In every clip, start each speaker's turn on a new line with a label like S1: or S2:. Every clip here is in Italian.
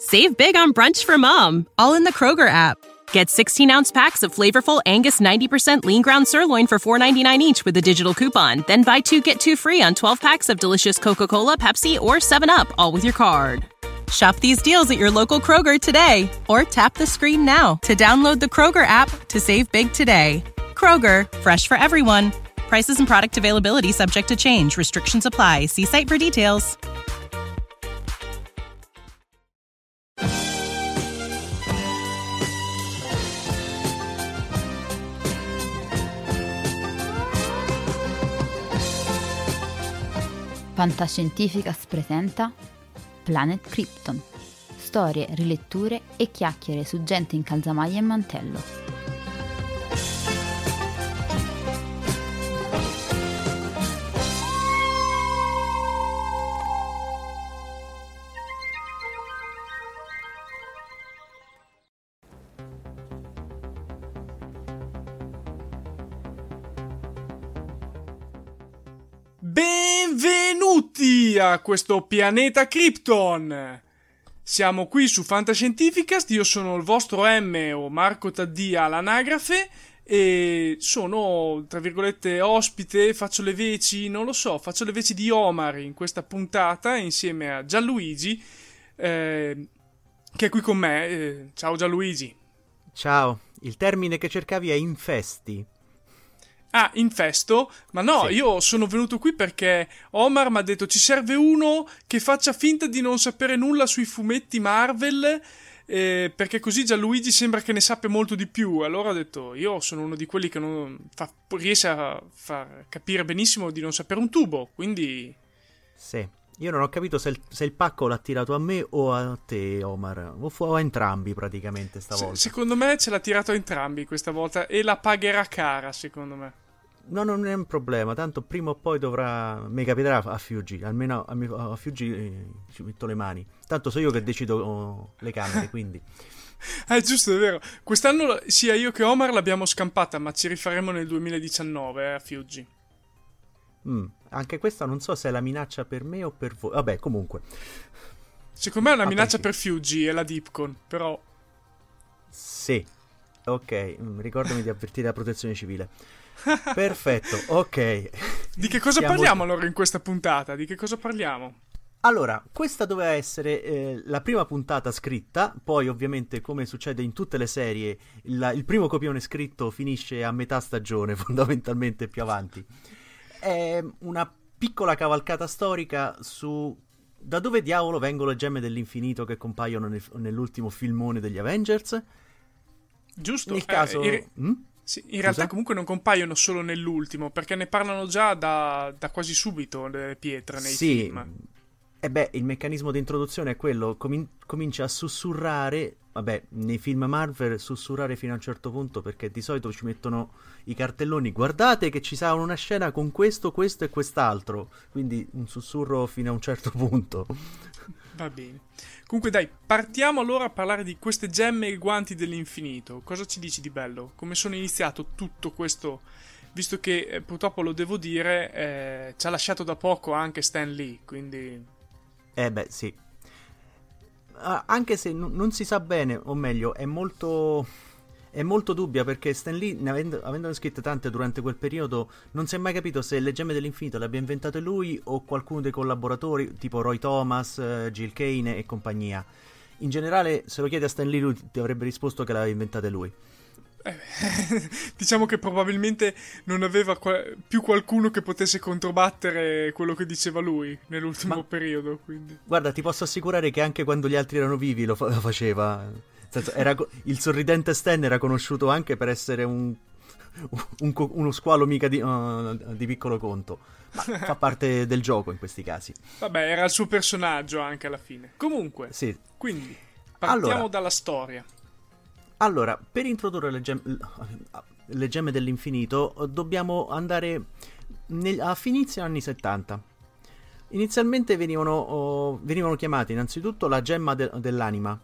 S1: Save big on brunch for mom, all in the Kroger app. Get 16-ounce packs of flavorful Angus 90% lean ground sirloin for $4.99 each with a digital coupon. Then buy 2, get 2 free on 12 packs of delicious Coca-Cola, Pepsi, or 7-Up, all with your card. Shop these deals at your local Kroger today, or tap the screen now to download the Kroger app to save big today. Kroger, fresh for everyone. Prices and product availability subject to change. Restrictions apply. See site for details.
S2: Fantascientificas presenta Planet Krypton. Storie, riletture e chiacchiere su gente in calzamaglia e mantello.
S3: Benvenuti a questo pianeta Krypton! Siamo qui su Fantascientificast, io sono il vostro M o Marco Taddia all'anagrafe e sono, tra virgolette, ospite, faccio le veci di Omar in questa puntata insieme a Gianluigi che è qui con me. Ciao Gianluigi.
S4: Ciao, il termine che cercavi è infesti.
S3: Ah, infesto? Ma no, sì. Io sono venuto qui perché Omar mi ha detto ci serve uno che faccia finta di non sapere nulla sui fumetti Marvel, perché così Gianluigi sembra che ne sappia molto di più. Allora ho detto, io sono uno di quelli che non riesce a far capire benissimo di non sapere un tubo, quindi...
S4: Sì, io non ho capito se il pacco l'ha tirato a me o a te, Omar, o a entrambi praticamente stavolta.
S3: Secondo me ce l'ha tirato a entrambi questa volta e la pagherà cara, secondo me.
S4: No, non è un problema, tanto prima o poi mi capiterà a Fuji, almeno a Fuji ci metto le mani. Tanto so io che decido le camere, quindi...
S3: Giusto, è vero. Quest'anno sia io che Omar l'abbiamo scampata, ma ci rifaremo nel 2019 a Fuji.
S4: Anche questa non so se è la minaccia per me o per voi. Vabbè, comunque.
S3: Secondo me è una minaccia per Fuji e la Dipcon, però...
S4: Sì, ok, ricordami di avvertire la protezione civile. Perfetto, ok.
S3: Di che cosa parliamo allora in questa puntata? Di che cosa parliamo?
S4: Allora, questa doveva essere la prima puntata scritta, poi ovviamente come succede in tutte le serie, il primo copione scritto finisce a metà stagione, fondamentalmente più avanti. È una piccola cavalcata storica su da dove diavolo vengono le gemme dell'infinito che compaiono nell'ultimo filmone degli Avengers. Giusto. Nel caso...
S3: Sì, in realtà comunque non compaiono solo nell'ultimo, perché ne parlano già da quasi subito le pietre nei film.
S4: E beh, il meccanismo di introduzione è quello, comincia a sussurrare, vabbè, nei film Marvel sussurrare fino a un certo punto, perché di solito ci mettono i cartelloni, guardate che ci sarà una scena con questo, questo e quest'altro, quindi un sussurro fino a un certo punto.
S3: Va bene. Comunque dai, partiamo allora a parlare di queste gemme e guanti dell'infinito. Cosa ci dici di bello? Come sono iniziato tutto questo? Visto che purtroppo lo devo dire, ci ha lasciato da poco anche Stan Lee, quindi...
S4: beh, sì. Anche se non si sa bene, o meglio, è molto dubbia, perché Stan Lee, avendone scritte tante durante quel periodo, non si è mai capito se le gemme dell'infinito le abbia inventate lui o qualcuno dei collaboratori, tipo Roy Thomas, Gil Kane e compagnia. In generale, se lo chiedi a Stan Lee, lui ti avrebbe risposto che le aveva inventate lui.
S3: Diciamo che probabilmente non aveva più qualcuno che potesse controbattere quello che diceva lui nell'ultimo periodo, quindi.
S4: Guarda, ti posso assicurare che anche quando gli altri erano vivi lo faceva. Il sorridente Stan era conosciuto anche per essere uno squalo mica di piccolo conto, ma fa parte del gioco in questi casi.
S3: Vabbè, era il suo personaggio anche alla fine. Comunque,
S4: sì.
S3: Quindi partiamo dalla storia.
S4: Allora, per introdurre le gemme dell'infinito dobbiamo andare a inizio anni 70. Inizialmente venivano chiamate innanzitutto la gemma dell'anima.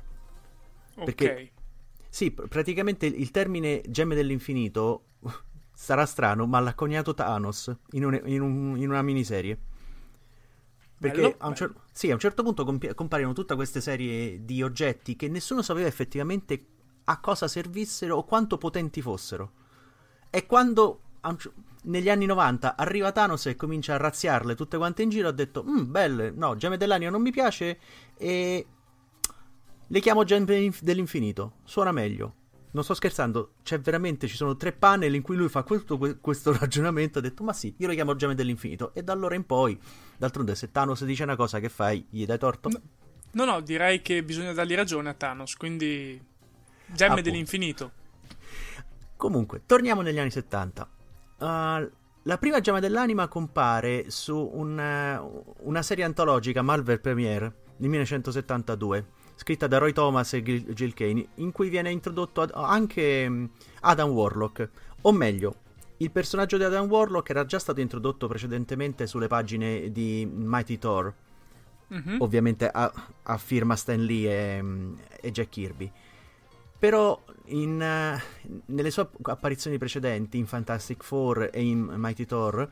S4: Perché, sì, praticamente il termine gemme dell'infinito sarà strano, ma l'ha coniato Thanos in una miniserie. Perché
S3: Bello,
S4: a un certo punto compaiono tutte queste serie di oggetti che nessuno sapeva effettivamente a cosa servissero o quanto potenti fossero. E quando negli anni 90 arriva Thanos e comincia a razziarle tutte quante in giro, ha detto belle, no, gemme dell'anima non mi piace e le chiamo gemme dell'infinito, suona meglio. Non sto scherzando, ci sono 3 panel in cui lui fa questo ragionamento, ha detto ma sì, io le chiamo gemme dell'infinito, e da allora in poi, d'altronde se Thanos dice una cosa, che fai? Gli dai torto?
S3: No, direi che bisogna dargli ragione a Thanos, quindi gemme dell'infinito.
S4: Comunque, torniamo negli anni 70. La prima gemma dell'anima compare su una serie antologica Marvel Premiere di 1972, scritta da Roy Thomas e Gil Kane, in cui viene introdotto anche Adam Warlock, o meglio, il personaggio di Adam Warlock era già stato introdotto precedentemente sulle pagine di Mighty Thor, ovviamente a firma Stan Lee e Jack Kirby. Però nelle sue apparizioni precedenti in Fantastic Four e in Mighty Thor,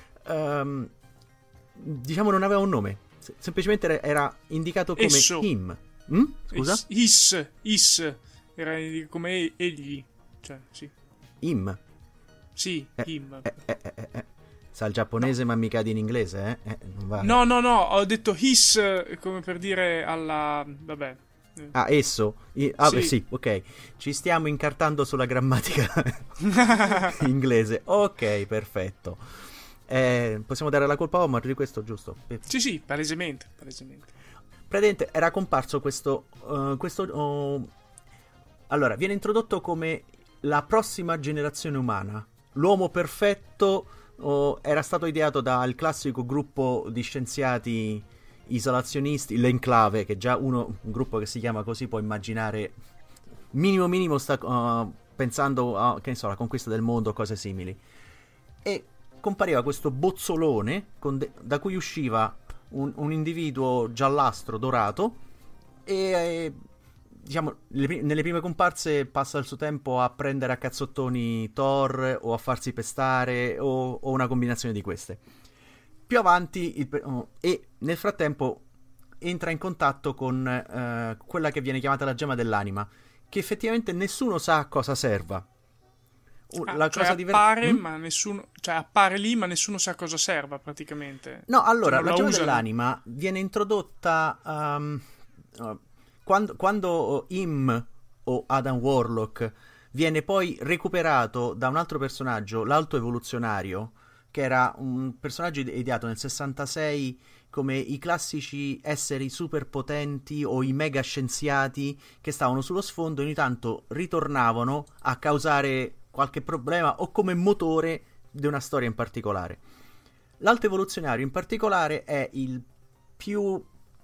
S4: diciamo non aveva un nome, semplicemente era indicato come him. Scusa?
S3: Is era come egli, cioè sì.
S4: Him.
S3: Sì, him.
S4: Sa il giapponese ma mica in inglese, non vale.
S3: No, ho detto his come per dire alla... vabbè.
S4: Esso.
S3: Sì.
S4: Beh, sì, ok. Ci stiamo incartando sulla grammatica inglese. Ok, perfetto. Possiamo dare la colpa a Omar di questo, giusto?
S3: Sì, palesemente.
S4: Praticamente era comparso questo allora, viene introdotto come la prossima generazione umana. L'uomo perfetto era stato ideato dal classico gruppo di scienziati isolazionisti, l'Enclave, che già un gruppo che si chiama così può immaginare minimo sta pensando che ne so, la conquista del mondo o cose simili. E compariva questo bozzolone da cui usciva un individuo giallastro dorato e diciamo nelle prime comparse passa il suo tempo a prendere a cazzottoni Thor o a farsi pestare o una combinazione di queste. Più avanti e nel frattempo entra in contatto con quella che viene chiamata la gemma dell'anima, che effettivamente nessuno sa a cosa serva.
S3: La cosa appare, ma nessuno, cioè appare lì, ma nessuno sa a cosa serva praticamente.
S4: No, allora, la gemma dell'anima viene introdotta quando Im o Adam Warlock viene poi recuperato da un altro personaggio, l'Alto Evoluzionario, che era un personaggio ideato nel 66 come i classici esseri super potenti o i mega scienziati che stavano sullo sfondo e ogni tanto ritornavano a causare qualche problema o come motore di una storia in particolare. L'Alto Evoluzionario in particolare è il più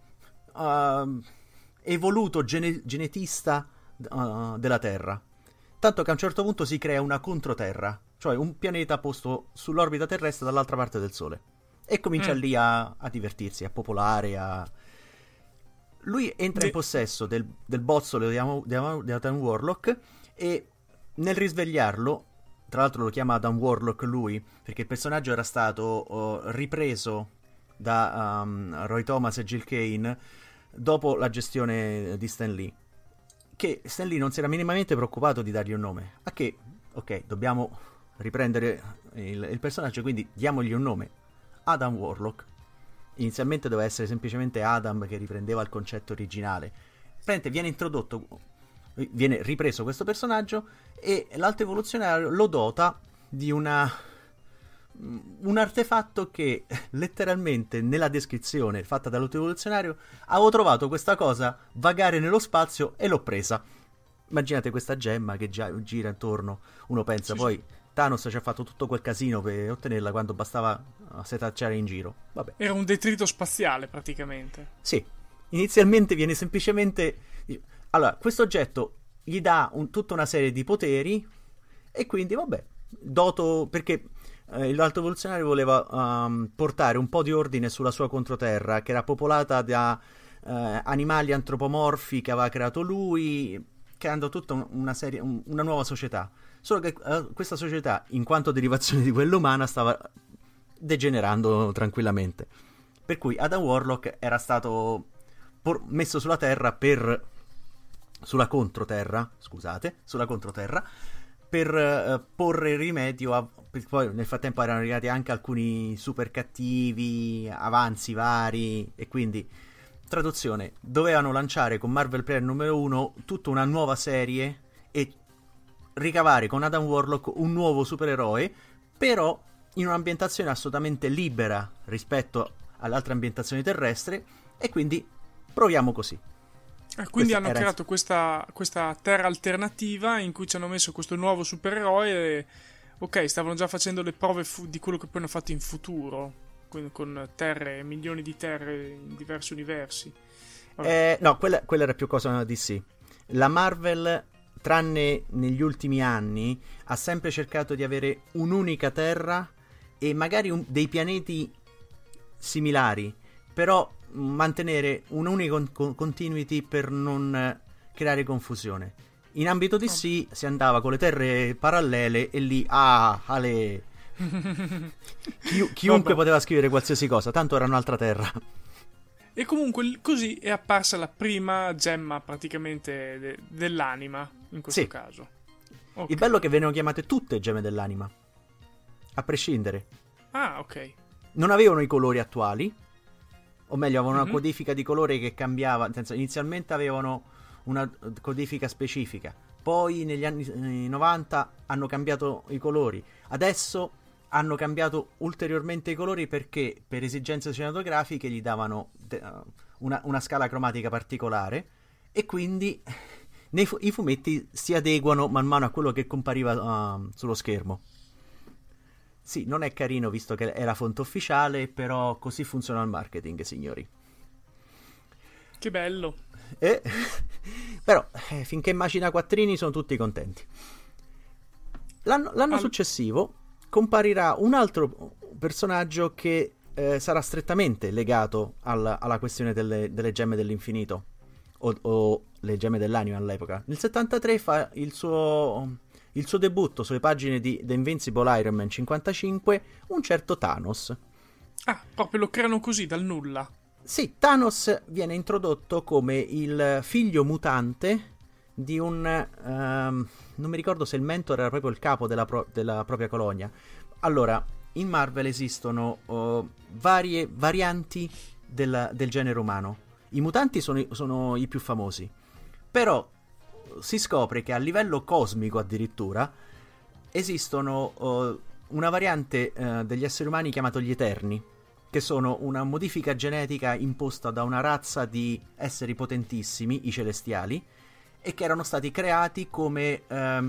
S4: evoluto genetista della Terra, tanto che a un certo punto si crea una controterra, cioè un pianeta posto sull'orbita terrestre dall'altra parte del Sole, e comincia lì a divertirsi, a popolare, Lui entra in possesso del bozzolo di Adam Warlock e nel risvegliarlo, tra l'altro lo chiama Adam Warlock lui, perché il personaggio era stato ripreso da Roy Thomas e Gil Kane dopo la gestione di Stan Lee, che Stan Lee non si era minimamente preoccupato di dargli un nome, a che, ok, dobbiamo riprendere il personaggio, quindi diamogli un nome, Adam Warlock. Inizialmente doveva essere semplicemente Adam, che riprendeva il concetto originale. Viene ripreso questo personaggio e l'Alto Evoluzionario lo dota di un artefatto che letteralmente nella descrizione fatta dall'Alto Evoluzionario avevo trovato questa cosa vagare nello spazio e l'ho presa. Immaginate questa gemma che gira intorno, uno pensa poi Thanos ci ha fatto tutto quel casino per ottenerla quando bastava setacciare in giro. Vabbè.
S3: Era un detrito spaziale praticamente.
S4: Sì, inizialmente viene semplicemente... Allora, questo oggetto gli dà tutta una serie di poteri e quindi, vabbè, doto... Perché l'Alto Evoluzionario voleva portare un po' di ordine sulla sua controterra, che era popolata da animali antropomorfi che aveva creato lui, creando tutta una nuova società. Solo che questa società, in quanto derivazione di quella umana, stava degenerando tranquillamente. per cui Adam Warlock era stato messo sulla Terra sulla controterra, per porre rimedio poi nel frattempo erano arrivati anche alcuni super cattivi, avanzi vari, e quindi, traduzione, dovevano lanciare con Marvel Player numero 1 tutta una nuova serie e ricavare con Adam Warlock un nuovo supereroe, però in un'ambientazione assolutamente libera rispetto all'altra ambientazione terrestre, e quindi proviamo così.
S3: Quindi hanno creato questa terra alternativa in cui ci hanno messo questo nuovo supereroe e, ok, stavano già facendo le prove di quello che poi hanno fatto in futuro, con terre, milioni di terre in diversi universi.
S4: No, quella era più cosa di DC. La Marvel, tranne negli ultimi anni, ha sempre cercato di avere un'unica terra e magari dei pianeti similari, però mantenere un'unica continuity per non creare confusione. In ambito DC si andava con le terre parallele e lì chiunque poteva scrivere qualsiasi cosa, tanto era un'altra terra.
S3: E comunque così è apparsa la prima gemma praticamente dell'anima in questo caso. Okay.
S4: Il bello è che venivano chiamate tutte gemme dell'anima, a prescindere.
S3: Ah, ok.
S4: Non avevano i colori attuali, o meglio avevano una codifica di colore che cambiava, nel senso, inizialmente avevano una codifica specifica, poi negli anni 90 hanno cambiato i colori, adesso hanno cambiato ulteriormente i colori perché per esigenze cinematografiche gli davano una scala cromatica particolare, e quindi i fumetti si adeguano man mano a quello che compariva sullo schermo. Sì, non è carino visto che è la fonte ufficiale, però così funziona il marketing, signori.
S3: Che bello.
S4: Però finché macina quattrini sono tutti contenti. L'anno successivo comparirà un altro personaggio che sarà strettamente legato alla questione delle gemme dell'infinito o le gemme dell'anima all'epoca. Nel 73 fa il suo debutto sulle pagine di The Invincible Iron Man 55, un certo Thanos.
S3: Ah, proprio lo creano così, dal nulla.
S4: Sì, Thanos viene introdotto come il figlio mutante di non mi ricordo se il mentore era proprio il capo della propria colonia. Allora, in Marvel esistono varie varianti del genere umano. I mutanti sono i più famosi, però si scopre che a livello cosmico addirittura esistono una variante degli esseri umani chiamato gli Eterni, che sono una modifica genetica imposta da una razza di esseri potentissimi, i Celestiali, e che erano stati creati come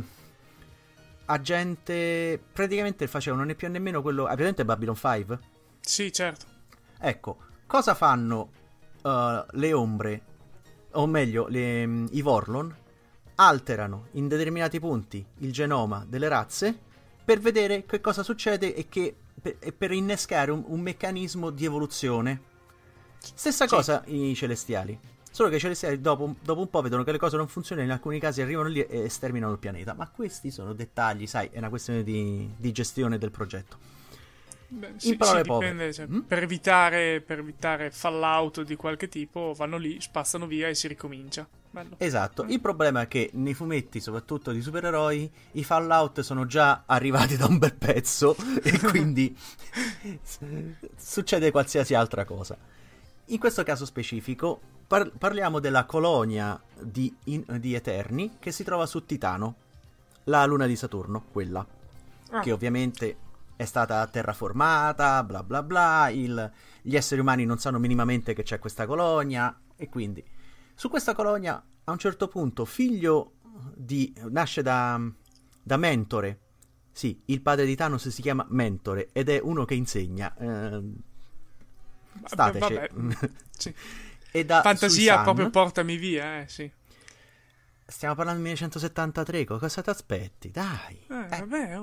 S4: agente, praticamente facevano né più né meno quello. Hai presente Babylon 5?
S3: Sì, certo.
S4: Ecco, cosa fanno le ombre, o meglio i Vorlon? Alterano in determinati punti il genoma delle razze per vedere che cosa succede e per innescare un meccanismo di evoluzione. Stessa cosa i Celestiali, solo che i Celestiali dopo un po' vedono che le cose non funzionano, in alcuni casi arrivano lì e sterminano il pianeta. Ma questi sono dettagli, sai, è una questione di gestione del progetto.
S3: Beh, sì, dipende, cioè, per evitare fallout di qualche tipo vanno lì, spazzano via e si ricomincia. Bello.
S4: Esatto, il problema è che nei fumetti, soprattutto di supereroi, i fallout sono già arrivati da un bel pezzo e quindi succede qualsiasi altra cosa. In questo caso specifico parliamo della colonia di Eterni che si trova su Titano, la luna di Saturno, quella che ovviamente è stata terraformata, bla bla bla, gli esseri umani non sanno minimamente che c'è questa colonia, e quindi su questa colonia a un certo punto nasce da Mentore. Sì, il padre di Thanos si chiama Mentore ed è uno che insegna. Stateci.
S3: Sì.
S4: E da
S3: fantasia
S4: Susan,
S3: proprio portami via, sì.
S4: Stiamo parlando del 1973, cosa ti aspetti? Dai.
S3: Vabbè,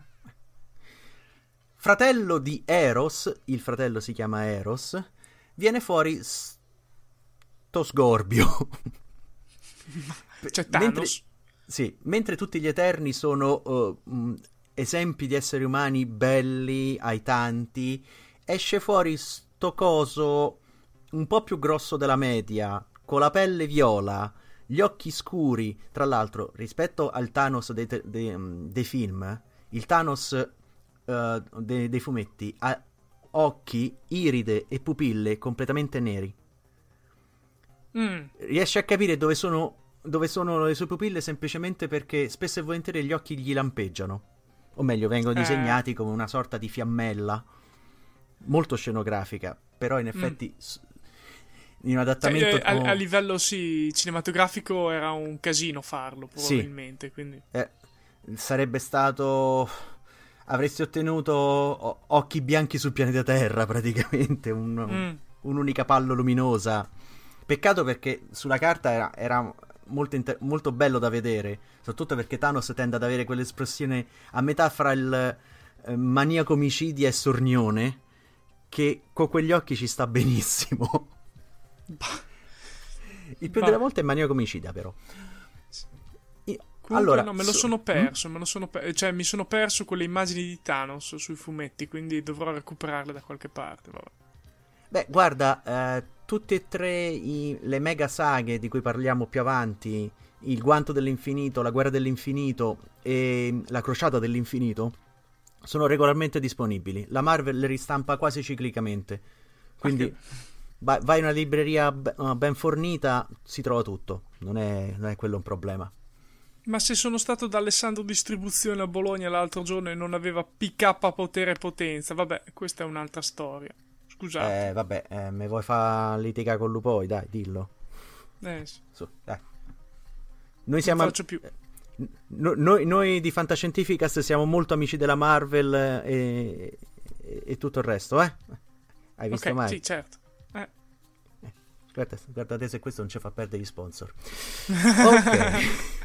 S4: Fratello di Eros, il fratello si chiama Eros, viene fuori sto sgorbio.
S3: C'è Thanos.
S4: Mentre tutti gli Eterni sono esempi di esseri umani belli, aitanti, esce fuori sto coso un po' più grosso della media, con la pelle viola, gli occhi scuri. Tra l'altro, rispetto al Thanos dei film, il Thanos dei fumetti ha occhi, iride e pupille completamente neri. Riesci a capire dove sono le sue pupille semplicemente perché spesso e volentieri gli occhi gli lampeggiano. O meglio, vengono disegnati come una sorta di fiammella molto scenografica, però in effetti in un adattamento
S3: a livello cinematografico era un casino farlo, probabilmente. Quindi
S4: sarebbe stato, avresti ottenuto occhi bianchi sul pianeta Terra praticamente, un'unica palla luminosa. Peccato perché sulla carta era molto bello da vedere, soprattutto perché Thanos tende ad avere quell'espressione a metà fra il maniaco omicidia e sornione, che con quegli occhi ci sta benissimo. Il più delle volte è maniaco omicida, però.
S3: Comunque,
S4: allora,
S3: no, me lo sono perso, cioè mi sono perso quelle immagini di Thanos sui fumetti, quindi dovrò recuperarle da qualche parte. Vabbè.
S4: Beh, guarda, tutte e tre le mega saghe di cui parliamo più avanti, il Guanto dell'Infinito, la Guerra dell'Infinito e la Crociata dell'Infinito, sono regolarmente disponibili. La Marvel le ristampa quasi ciclicamente, quindi vai in una libreria ben fornita, si trova tutto, non è quello un problema.
S3: Ma se sono stato da Alessandro Distribuzione a Bologna l'altro giorno e non aveva PK potere e potenza, vabbè, questa è un'altra storia. Scusate.
S4: Vabbè, me vuoi far litigare con Lupoi? Dai, dillo.
S3: Sì.
S4: Su, dai. Noi siamo...
S3: Non faccio più.
S4: Noi di Fantascientificast siamo molto amici della Marvel e tutto il resto, eh? Hai visto mai?
S3: Sì, certo.
S4: Guardate se questo non ci fa perdere gli sponsor. Ok.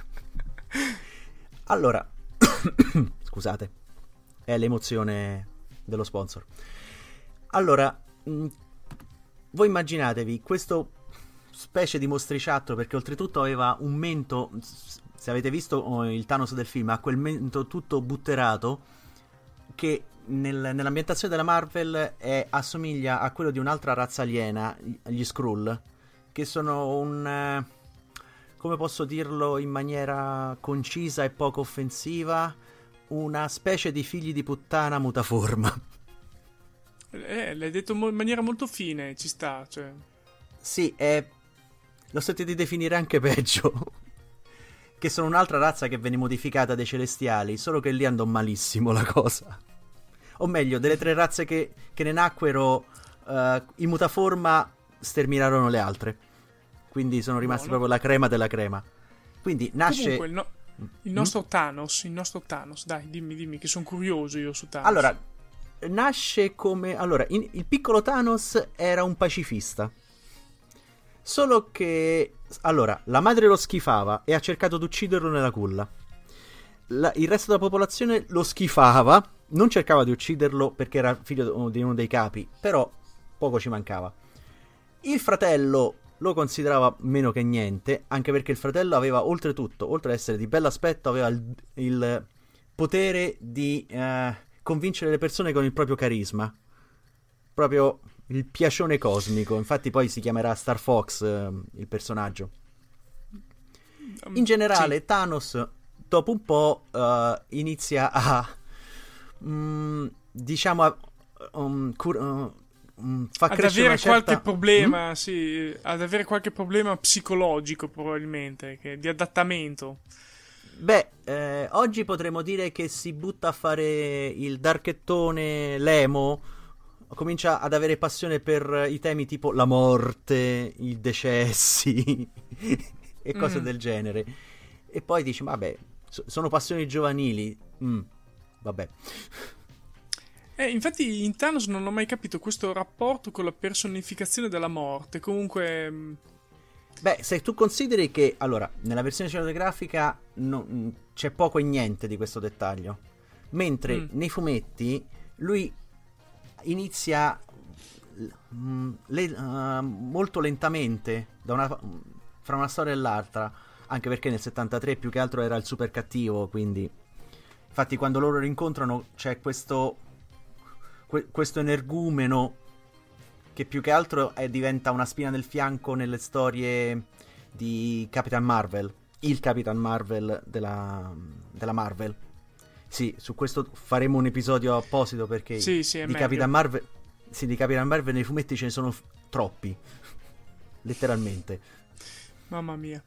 S4: Allora, scusate, è l'emozione dello sponsor. Allora, voi immaginatevi questo specie di mostriciattolo, perché oltretutto aveva un mento, se avete visto il Thanos del film, ha quel mento tutto butterato che nell'ambientazione della Marvel assomiglia a quello di un'altra razza aliena, gli Skrull, che sono come posso dirlo in maniera concisa e poco offensiva, una specie di figli di puttana mutaforma.
S3: L'hai detto in maniera molto fine, ci sta, cioè.
S4: Sì, lo sentite definire anche peggio. Che sono un'altra razza che venne modificata dai Celestiali, solo che lì andò malissimo la cosa. O meglio, delle tre razze che ne nacquero, i mutaforma sterminarono le altre. Quindi sono rimasti proprio la crema della crema. Quindi nasce...
S3: Comunque, il nostro Thanos, dai, dimmi che sono curioso io su Thanos.
S4: Allora, nasce come... Allora, il piccolo Thanos era un pacifista. Solo che... Allora, la madre lo schifava e ha cercato di ucciderlo nella culla. Il resto della popolazione lo schifava, non cercava di ucciderlo perché era figlio di uno dei capi, però poco ci mancava. Il fratello lo considerava meno che niente, anche perché il fratello aveva oltretutto, oltre ad essere di bell'aspetto, aveva il potere di convincere le persone con il proprio carisma. Proprio il piacione cosmico. Infatti poi si chiamerà Star Fox il personaggio. In generale, sì. Thanos dopo un po' inizia a diciamo fa
S3: ad
S4: crescere
S3: avere
S4: certa...
S3: qualche problema, sì, ad avere qualche problema psicologico probabilmente, di adattamento.
S4: Beh, oggi potremmo dire che si butta a fare il darkettone l'emo, comincia ad avere passione per i temi tipo la morte, i decessi e cose del genere. E poi dici, vabbè, sono passioni giovanili, vabbè.
S3: Infatti in Thanos non ho mai capito questo rapporto con la personificazione della morte. Comunque...
S4: Beh, se tu consideri che, allora, nella versione cinematografica c'è poco e niente di questo dettaglio, mentre nei fumetti lui inizia molto lentamente fra una storia e l'altra, anche perché nel 73 più che altro era il super cattivo, quindi infatti quando loro rincontrano c'è questo energumeno che più che altro diventa una spina nel fianco nelle storie di Capitan Marvel, il Capitan Marvel della Marvel. Sì, su questo faremo un episodio apposito perché
S3: Sì,
S4: di Capitan Marvel, sì, di Capitan Marvel nei fumetti ce ne sono troppi, letteralmente.
S3: Mamma mia.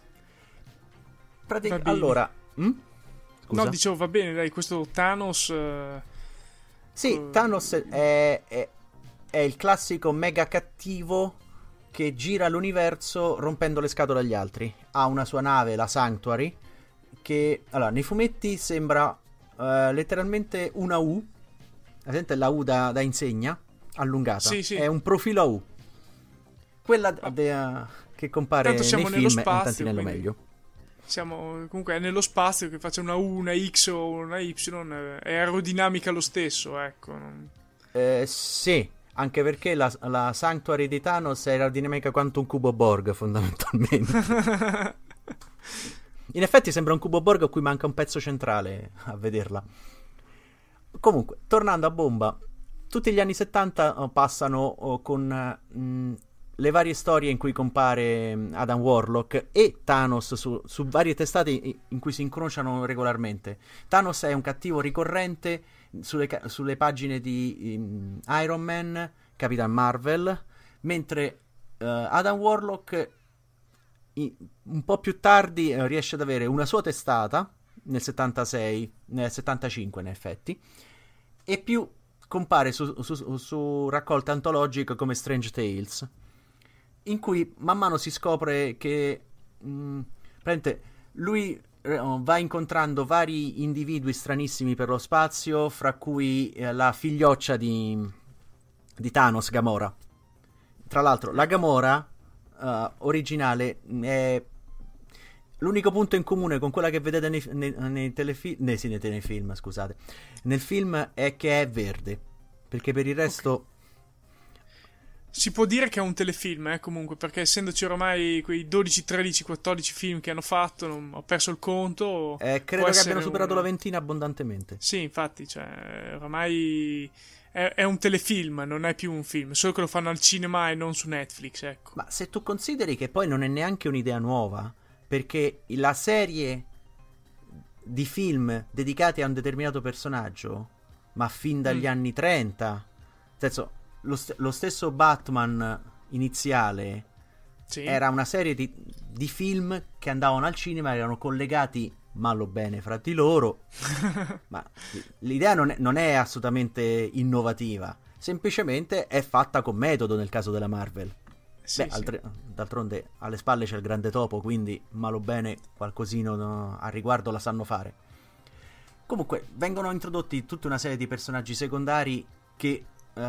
S4: Allora,
S3: No,
S4: scusa?
S3: dicevo, va bene, dai, questo Thanos...
S4: Sì, Thanos è il classico mega cattivo che gira l'universo rompendo le scatole agli altri. Ha una sua nave, la Sanctuary, che allora nei fumetti sembra letteralmente una U. Vedete la U da insegna allungata?
S3: Sì, sì.
S4: È un profilo a U. Quella che compare
S3: Tanto siamo
S4: nei
S3: nello
S4: film è un
S3: spazio,
S4: tantinello
S3: quindi
S4: meglio.
S3: Siamo comunque nello spazio, che faccia una U, una X o una Y, è aerodinamica lo stesso, ecco.
S4: Sì, anche perché la Sanctuary di Thanos è aerodinamica quanto un cubo Borg, fondamentalmente. In effetti sembra un cubo Borg a cui manca un pezzo centrale a vederla. Comunque, tornando a bomba, tutti gli anni 70 passano con le varie storie in cui compare Adam Warlock e Thanos su varie testate in cui si incrociano regolarmente. Thanos è un cattivo ricorrente sulle pagine di Iron Man, Capitan Marvel, mentre Adam Warlock un po' più tardi riesce ad avere una sua testata nel 76, nel 75 in effetti, e più compare su raccolte antologiche come Strange Tales, in cui man mano si scopre che lui va incontrando vari individui stranissimi per lo spazio, fra cui la figlioccia di Thanos, Gamora. Tra l'altro la Gamora originale è l'unico punto in comune con quella che vedete nei telefilm, sì, nei telefilm, scusate, nel film, è che è verde, perché per il resto...
S3: Okay. Si può dire che è un telefilm, comunque, perché essendoci ormai quei 12, 13, 14 film che hanno fatto, ho perso il conto.
S4: Credo che abbiano superato la ventina abbondantemente.
S3: Sì, infatti, cioè, ormai è un telefilm, non è più un film, solo che lo fanno al cinema e non su Netflix, ecco.
S4: Ma se tu consideri che poi non è neanche un'idea nuova, perché la serie di film dedicati a un determinato personaggio, ma fin dagli anni 30, nel senso... Lo stesso Batman iniziale era una serie di film che andavano al cinema, erano collegati malo bene fra di loro, ma l'idea non è assolutamente innovativa, semplicemente è fatta con metodo nel caso della Marvel.
S3: Sì.
S4: D'altronde alle spalle c'è il grande topo, quindi malo bene qualcosino a riguardo la sanno fare. Comunque vengono introdotti tutta una serie di personaggi secondari che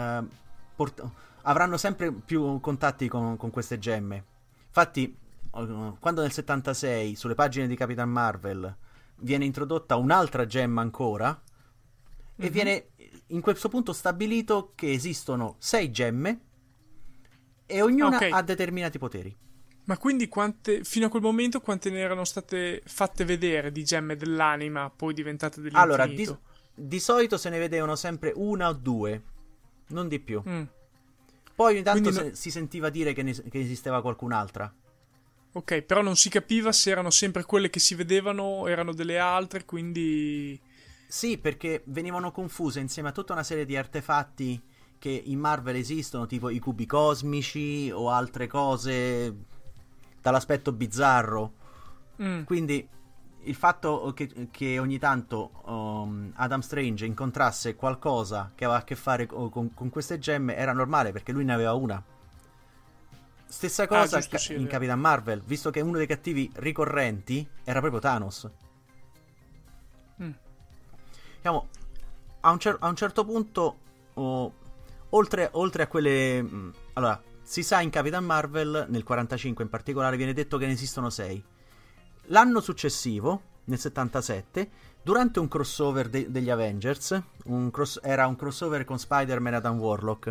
S4: avranno sempre più contatti con queste gemme. Infatti quando nel 76 sulle pagine di Capitan Marvel viene introdotta un'altra gemma ancora, e viene in questo punto stabilito che esistono 6 gemme e ognuna ha determinati poteri.
S3: Ma quindi fino a quel momento quante ne erano state fatte vedere di gemme dell'anima poi diventate dell'infinito?
S4: Allora, di solito se ne vedevano sempre una o due, non di più. Poi ogni tanto si sentiva dire che esisteva qualcun'altra.
S3: Ok, però non si capiva se erano sempre quelle che si vedevano o erano delle altre, quindi...
S4: Sì, perché venivano confuse insieme a tutta una serie di artefatti che in Marvel esistono, tipo i cubi cosmici o altre cose dall'aspetto bizzarro. Quindi il fatto che ogni tanto Adam Strange incontrasse qualcosa che aveva a che fare con queste gemme era normale, perché lui ne aveva una. Stessa cosa in Capitan Marvel, visto che uno dei cattivi ricorrenti era proprio Thanos. Diciamo, a un certo punto, oltre a quelle... allora, si sa in Capitan Marvel, nel 45 in particolare, viene detto che ne esistono 6. L'anno successivo, nel 77, durante un crossover degli Avengers, era un crossover con Spider-Man e Adam Warlock,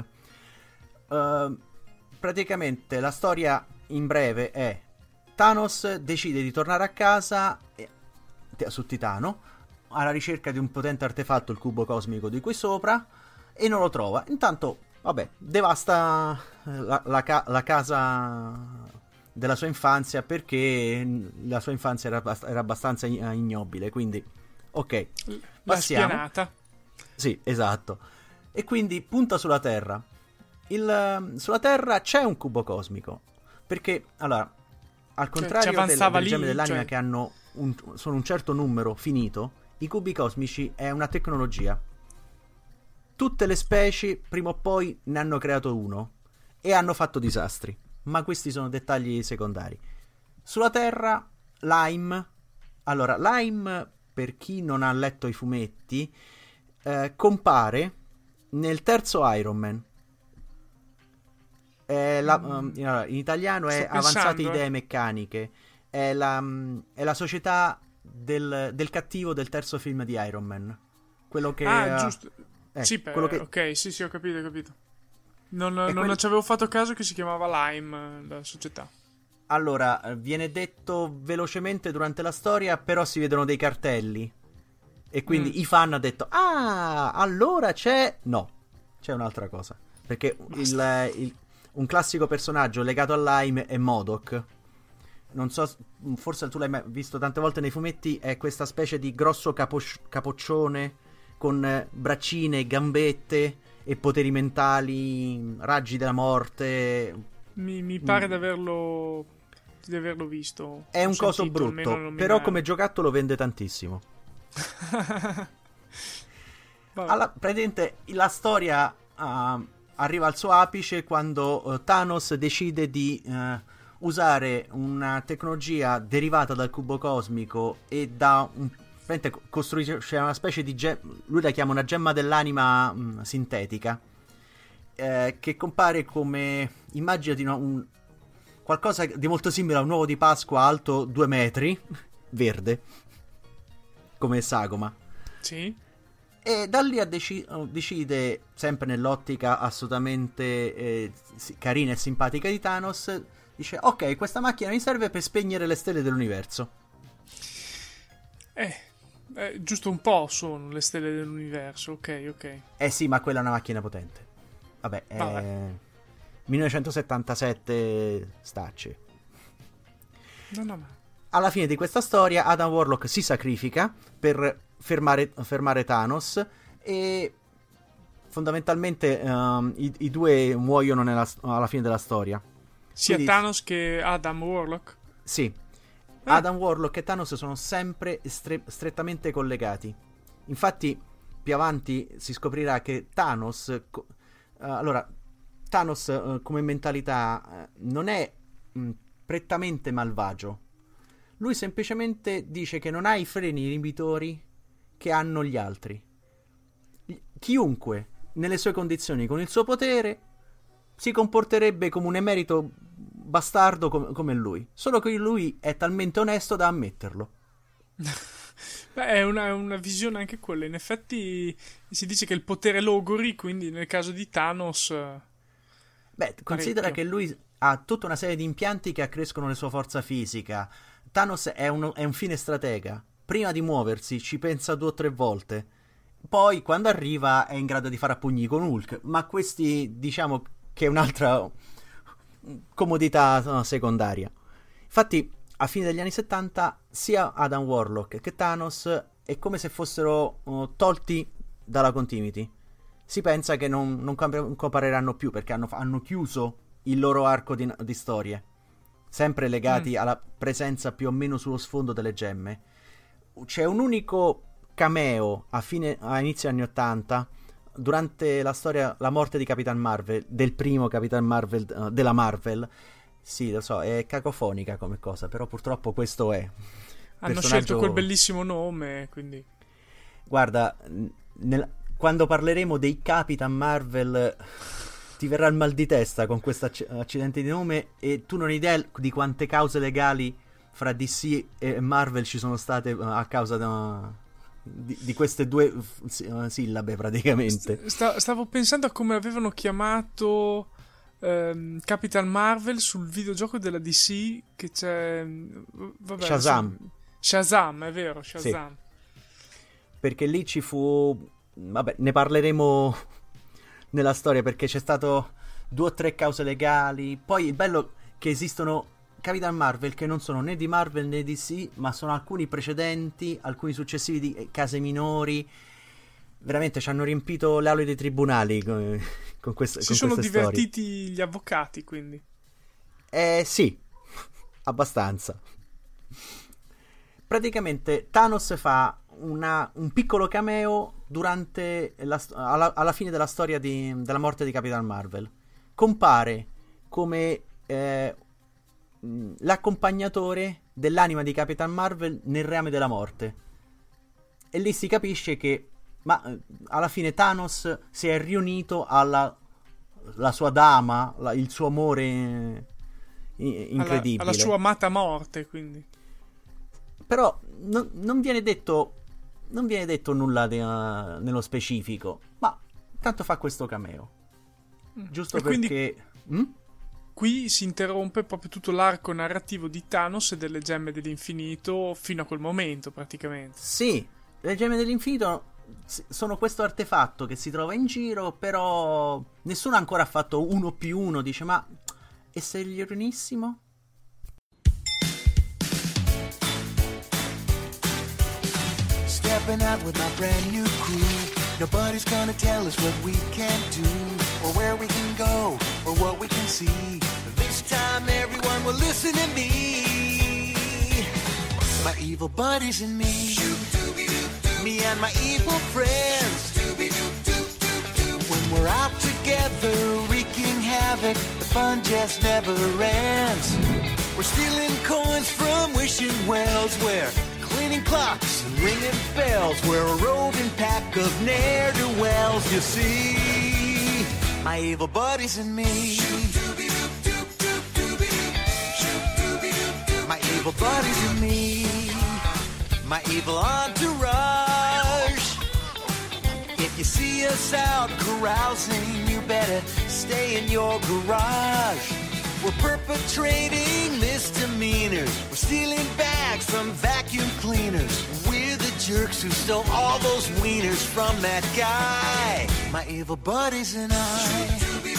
S4: praticamente la storia in breve è: Thanos decide di tornare a casa su Titano alla ricerca di un potente artefatto, il cubo cosmico di qui sopra, e non lo trova. Intanto vabbè, devasta la casa della sua infanzia, perché la sua infanzia era abbastanza ignobile, quindi ok,
S3: La
S4: passiamo.
S3: spianata.
S4: Sì, esatto. E quindi punta sulla Terra. Sulla Terra c'è un cubo cosmico, perché allora, al contrario delle
S3: avanzava lì,
S4: gemme dell'anima
S3: cioè.
S4: che sono un certo numero finito, i cubi cosmici è una tecnologia. Tutte le specie prima o poi ne hanno creato uno e hanno fatto disastri, ma questi sono dettagli secondari. Sulla Terra, Lime, per chi non ha letto i fumetti, compare nel terzo Iron Man. In italiano è Avanzate idee meccaniche. È la società del cattivo del terzo film di Iron Man. Quello che
S3: giusto. Sì,
S4: quello che...
S3: ok, sì, ho capito. Non ci avevo fatto caso che si chiamava Lime, la società.
S4: Allora, viene detto velocemente durante la storia, però si vedono dei cartelli. E quindi i fan hanno detto: ah, allora c'è... No, c'è un'altra cosa. Perché un classico personaggio legato a Lime è MODOK. Non so, forse tu l'hai mai visto tante volte nei fumetti. È questa specie di grosso capoccione con braccine e gambette e poteri mentali, raggi della morte.
S3: Mi pare di averlo visto.
S4: È un
S3: Ho
S4: coso
S3: sentito,
S4: brutto, però come giocattolo vende tantissimo. Praticamente la storia arriva al suo apice quando Thanos decide di usare una tecnologia derivata dal cubo cosmico e costruisce una specie di lui la chiama una gemma dell'anima sintetica, che compare come, immaginati qualcosa di molto simile a un uovo di Pasqua alto 2 metri, verde come sagoma.
S3: Sì.
S4: E da lì decide, sempre nell'ottica assolutamente carina e simpatica di Thanos, dice: ok, questa macchina mi serve per spegnere le stelle dell'universo.
S3: Giusto un po' sono le stelle dell'universo, ok.
S4: Sì, ma quella è una macchina potente. Vabbè. 1977 stacci.
S3: No.
S4: Alla fine di questa storia Adam Warlock si sacrifica per fermare Thanos e fondamentalmente i due muoiono alla fine della storia.
S3: Sia Thanos che Adam Warlock?
S4: Sì. Adam Warlock e Thanos sono sempre strettamente collegati. Infatti più avanti si scoprirà che Thanos come mentalità non è prettamente malvagio. Lui semplicemente dice che non ha i freni inibitori che hanno gli altri. Chiunque nelle sue condizioni con il suo potere si comporterebbe come un emerito bastardo come lui, solo che lui è talmente onesto da ammetterlo.
S3: Beh, è una visione anche quella. In effetti si dice che il potere logori, quindi nel caso di Thanos
S4: considera che lui ha tutta una serie di impianti che accrescono la sua forza fisica. Thanos è un fine stratega. Prima di muoversi ci pensa 2 o 3 volte. Poi quando arriva è in grado di fare a pugni con Hulk. Ma questi diciamo che è un'altra comodità secondaria. Infatti a fine degli anni 70 sia Adam Warlock che Thanos è come se fossero tolti dalla continuity. Si pensa che non compariranno più perché hanno chiuso il loro arco di storie, sempre legati alla presenza più o meno sullo sfondo delle gemme. C'è un unico cameo a inizio anni 80 durante la storia, la morte di Capitan Marvel, del primo Capitan Marvel della Marvel. Sì, lo so, è cacofonica come cosa, però purtroppo questo è.
S3: Hanno scelto quel bellissimo nome, quindi.
S4: Guarda, quando parleremo dei Capitan Marvel ti verrà il mal di testa con questo accidente di nome, e tu non hai idea di quante cause legali fra DC e Marvel ci sono state a causa di queste 2 sillabe praticamente.
S3: Stavo pensando a come avevano chiamato Capitan Marvel sul videogioco della DC che c'è. Vabbè, Shazam, è vero, Shazam.
S4: Sì. Perché lì ci fu. Vabbè, ne parleremo nella storia, perché c'è stato 2 o 3 cause legali. Poi il bello che esistono Capitan Marvel che non sono né di Marvel né di DC, ma sono alcuni precedenti, alcuni successivi di case minori. Veramente ci hanno riempito le aule dei tribunali con queste
S3: Si sono
S4: storie.
S3: divertiti gli avvocati, quindi.
S4: Sì, abbastanza. Praticamente Thanos fa un piccolo cameo durante alla fine della storia della morte di Capitan Marvel. Compare come l'accompagnatore dell'anima di Capitan Marvel nel reame della morte. E lì si capisce che alla fine Thanos si è riunito alla sua dama, il suo amore incredibile.
S3: Alla sua amata morte, quindi.
S4: Però non viene detto nulla nello specifico, ma tanto fa questo cameo. Giusto
S3: E
S4: perché...
S3: Qui si interrompe proprio tutto l'arco narrativo di Thanos e delle gemme dell'infinito fino a quel momento, praticamente.
S4: Sì, le gemme dell'infinito sono questo artefatto che si trova in giro, però nessuno ancora ha fatto 1+1, dice, ma e se li riunissimo?
S5: Stepping out with my brand new crew. Nobody's gonna tell us what we can't do, or where we can go, or what we can see. This time everyone will listen to me. My evil buddies and me. Me and my evil friends. When we're out together wreaking havoc, the fun just never ends. We're stealing coins from wishing wells, we're cleaning clocks and ringing bells. We're a roving pack of ne'er-do-wells, you see. My evil buddies and me. My evil buddies and me. My evil entourage. If you see us out carousing, you better stay in your garage. We're perpetrating misdemeanors. We're stealing bags from vacuum cleaners. We're the jerks who stole all those wieners from that guy. My evil buddies and I.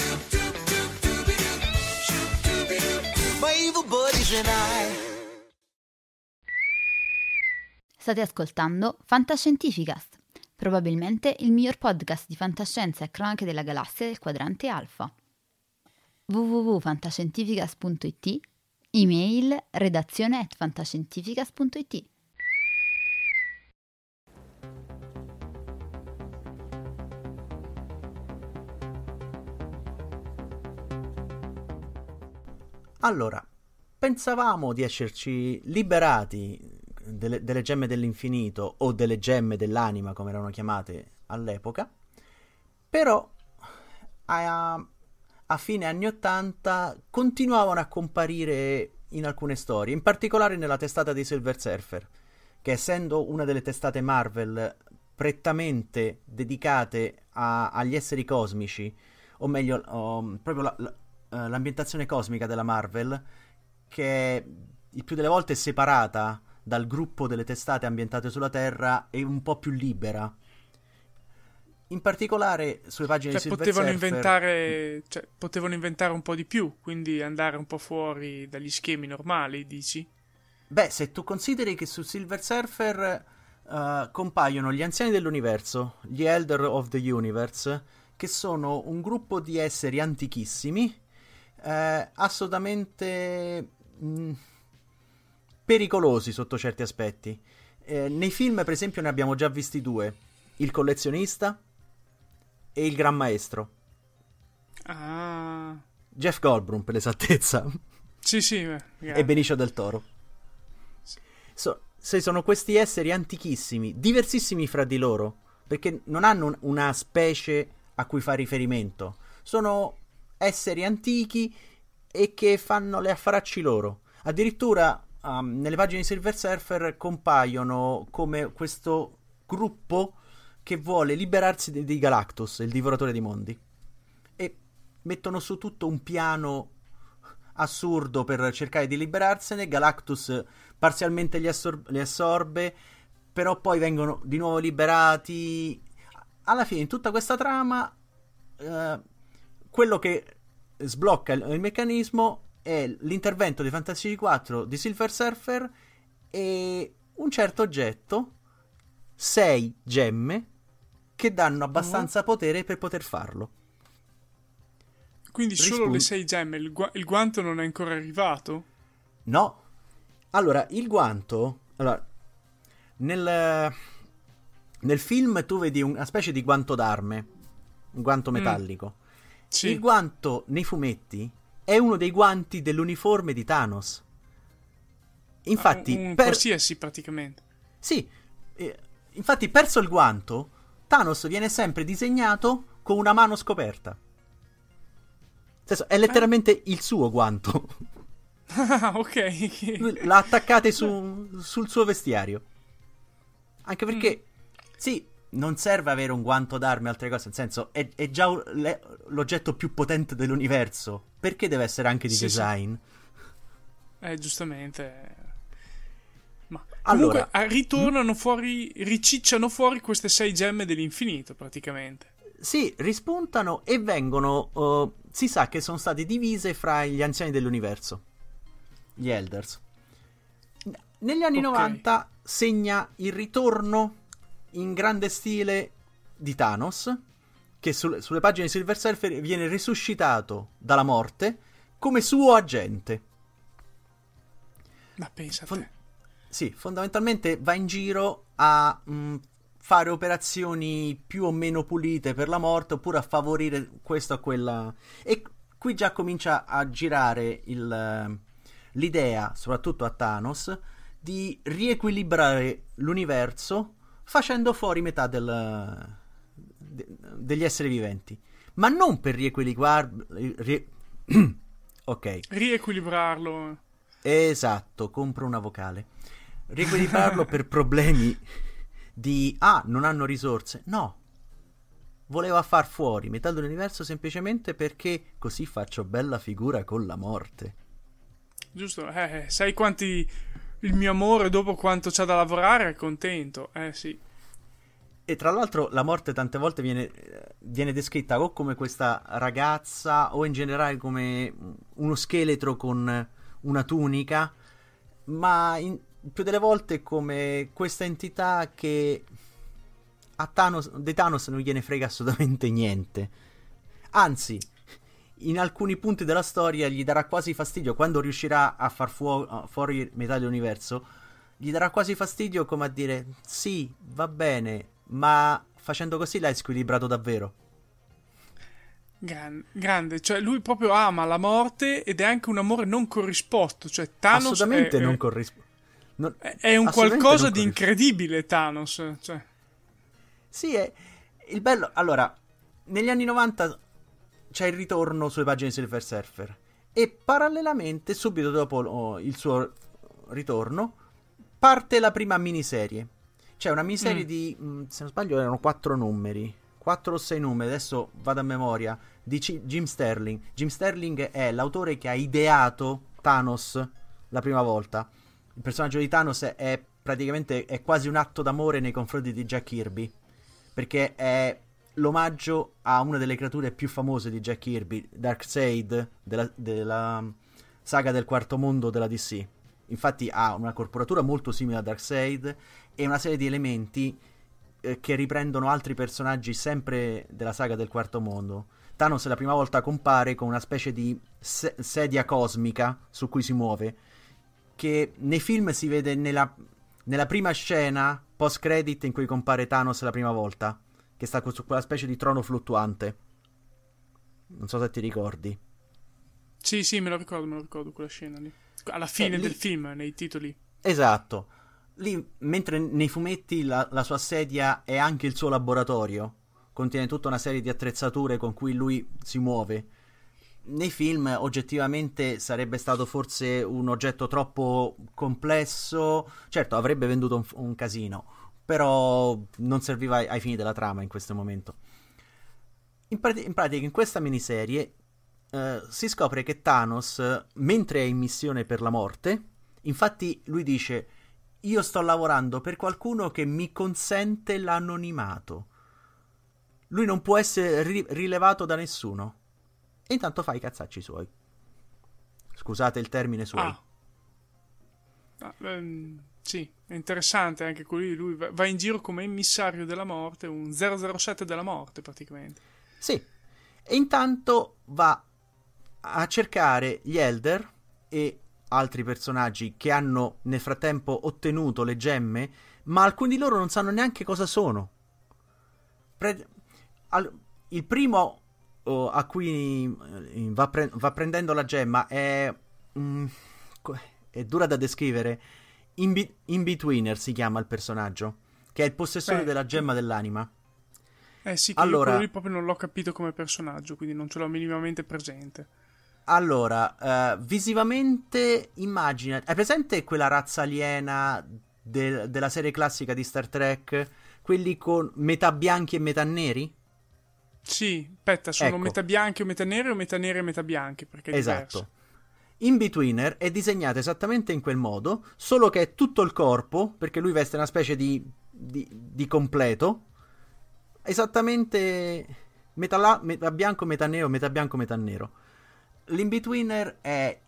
S5: My evil buddies and I.
S2: State ascoltando Fantascientificast, probabilmente il miglior podcast di fantascienza e cronache della galassia del quadrante alfa. www.fantascientificast.it, email redazione@fantascientificast.it.
S4: Allora, pensavamo di esserci liberati delle gemme dell'infinito o delle gemme dell'anima, come erano chiamate all'epoca, però a fine anni 80 continuavano a comparire in alcune storie, in particolare nella testata di Silver Surfer, che essendo una delle testate Marvel prettamente dedicate agli esseri cosmici, o meglio proprio l'ambientazione cosmica della Marvel, che il più delle volte è separata dal gruppo delle testate ambientate sulla Terra e un po' più libera. In particolare sulle pagine di Silver Surfer
S3: potevano inventare un po' di più, quindi andare un po' fuori dagli schemi normali, dici?
S4: Beh, se tu consideri che su Silver Surfer compaiono gli anziani dell'universo, gli Elder of the Universe, che sono un gruppo di esseri antichissimi, assolutamente pericolosi sotto certi aspetti. Nei film, per esempio, ne abbiamo già visti 2: il collezionista e il Gran Maestro.
S3: Ah.
S4: Jeff Goldblum, per l'esattezza.
S3: Sì.
S4: E Benicio del Toro. Sono questi esseri antichissimi, diversissimi fra di loro, perché non hanno una specie a cui fa riferimento. Sono esseri antichi e che fanno le affaracci loro. Addirittura nelle pagine di Silver Surfer compaiono come questo gruppo che vuole liberarsi di Galactus, il divoratore di mondi, e mettono su tutto un piano assurdo per cercare di liberarsene. Galactus parzialmente li assorbe, però poi vengono di nuovo liberati. Alla fine, in tutta questa trama, quello che sblocca il meccanismo è l'intervento dei Fantastici 4 di Silver Surfer e un certo oggetto, 6 gemme che danno abbastanza potere per poter farlo.
S3: Quindi solo le 6 gemme, il guanto non è ancora arrivato?
S4: No. Allora, il guanto... Allora, nel film tu vedi una specie di guanto d'arme, un guanto metallico.
S3: Sì.
S4: Il guanto nei fumetti è uno dei guanti dell'uniforme di Thanos. Infatti,
S3: un qualsiasi praticamente.
S4: Sì, infatti perso il guanto, Thanos viene sempre disegnato con una mano scoperta. Nel senso, è letteralmente il suo guanto.
S3: Ah, ok.
S4: Lui l'ha attaccata sul suo vestiario. Anche perché, sì, non serve avere un guanto d'arme o altre cose, nel senso, è già l'oggetto più potente dell'universo. Perché deve essere anche di design?
S3: Sì. Giustamente. Ma
S4: allora,
S3: comunque ritornano fuori, ricicciano fuori queste 6 gemme dell'infinito, praticamente.
S4: Sì, rispuntano e vengono... si sa che sono state divise fra gli anziani dell'universo, gli Elders. Negli anni 90 segna il ritorno in grande stile di Thanos, che sulle pagine di Silver Surfer viene risuscitato dalla morte come suo agente.
S3: Ma pensa a te.
S4: Sì, fondamentalmente va in giro a fare operazioni più o meno pulite per la morte, oppure a favorire questa o quella. E qui già comincia a girare l'idea, soprattutto a Thanos, di riequilibrare l'universo facendo fuori metà degli esseri viventi. Ma non per ok.
S3: Riequilibrarlo.
S4: Esatto, compro una vocale. Riequilibrarlo per problemi di non hanno risorse. No, voleva far fuori metà dell'universo semplicemente perché così faccio bella figura con la morte.
S3: Giusto, sai quanti il mio amore dopo quanto c'ha da lavorare è contento, sì.
S4: E tra l'altro la morte tante volte viene descritta o come questa ragazza o in generale come uno scheletro con una tunica, ma più delle volte come questa entità che di Thanos non gliene frega assolutamente niente. Anzi, in alcuni punti della storia gli darà quasi fastidio quando riuscirà a far fuori metà dell'universo. Gli darà quasi fastidio, come a dire: sì, va bene, ma facendo così l'hai squilibrato davvero.
S3: Grande, cioè lui proprio ama la morte ed è anche un amore non corrisposto, cioè Thanos
S4: assolutamente non corrisponde.
S3: È un qualcosa di incredibile, Thanos, cioè.
S4: Sì, è il bello. Allora, negli anni 90 c'è il ritorno sulle pagine di Silver Surfer e parallelamente, subito dopo il suo ritorno, parte la prima miniserie. C'è una miniserie di, se non sbaglio erano 4 numeri, 4 o 6 numeri, adesso vado a memoria, di Jim Sterling. Jim Sterling è l'autore che ha ideato Thanos la prima volta. Il personaggio di Thanos è praticamente quasi un atto d'amore nei confronti di Jack Kirby, perché è l'omaggio a una delle creature più famose di Jack Kirby, Darkseid, della saga del Quarto Mondo della DC. Infatti ha una corporatura molto simile a Darkseid e una serie di elementi che riprendono altri personaggi sempre della saga del Quarto Mondo. Thanos la prima volta compare con una specie di sedia cosmica su cui si muove, che nei film si vede nella prima scena post credit in cui compare Thanos la prima volta, che sta su quella specie di trono fluttuante. Non so se ti ricordi.
S3: Sì, me lo ricordo quella scena lì. Alla fine del film, nei titoli.
S4: Esatto. Lì, mentre nei fumetti la sua sedia è anche il suo laboratorio, contiene tutta una serie di attrezzature con cui lui si muove. Nei film oggettivamente sarebbe stato forse un oggetto troppo complesso. Certo, avrebbe venduto un casino, però non serviva ai fini della trama in questo momento. In pratica in questa miniserie si scopre che Thanos, mentre è in missione per la morte, infatti lui dice: io sto lavorando per qualcuno che mi consente l'anonimato. lui non può essere rilevato da nessuno. E intanto fa i cazzacci suoi. Scusate il termine suoi.
S3: Sì, è interessante anche lui va in giro come emissario della morte, un 007 della morte praticamente.
S4: Sì, e intanto va a cercare gli Elder e altri personaggi che hanno nel frattempo ottenuto le gemme, ma alcuni di loro non sanno neanche cosa sono. Il primo a cui va prendendo la gemma è dura da descrivere. In-Betweener si chiama il personaggio, che è il possessore della gemma dell'anima.
S3: Sì, che allora, io quello lì proprio non l'ho capito come personaggio, quindi non ce l'ho minimamente presente.
S4: Allora, visivamente immagina... Hai presente quella razza aliena della serie classica di Star Trek? Quelli con metà bianchi e metà neri?
S3: Sì, aspetta, sono
S4: ecco.
S3: metà bianchi o metà neri e metà bianchi, perché è
S4: esatto.
S3: diverso.
S4: In-Betweener è disegnato esattamente in quel modo, solo che è tutto il corpo, perché lui veste una specie di completo, esattamente metà bianco, metà nero, metà bianco, metà nero. L'In-Betweener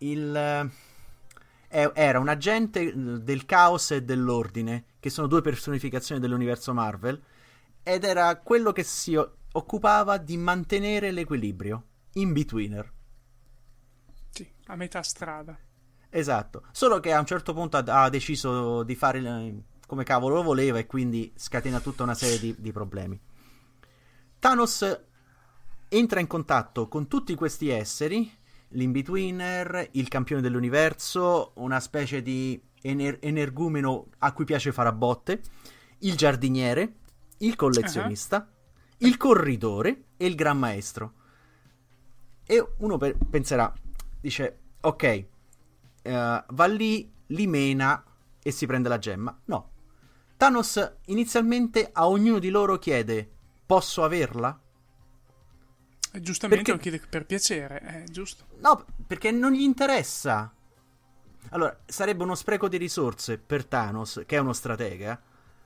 S4: era un agente del caos e dell'ordine, che sono due personificazioni dell'universo Marvel, ed era quello che si occupava di mantenere l'equilibrio. In-Betweener.
S3: Sì, a metà strada.
S4: Esatto, solo che a un certo punto ha deciso di fare come cavolo lo voleva e quindi scatena tutta una serie di problemi. Thanos entra in contatto con tutti questi esseri, l'In-Betweener, il campione dell'universo, una specie di energumeno a cui piace fare a botte, il giardiniere, il collezionista, il corridore e il gran maestro. E uno penserà, dice, ok, va lì, li mena e si prende la gemma. No. Thanos inizialmente a ognuno di loro chiede, posso averla?
S3: E giustamente
S4: perché...
S3: lo chiede per piacere, è giusto.
S4: No, perché non gli interessa. Allora, sarebbe uno spreco di risorse per Thanos, che è uno stratega,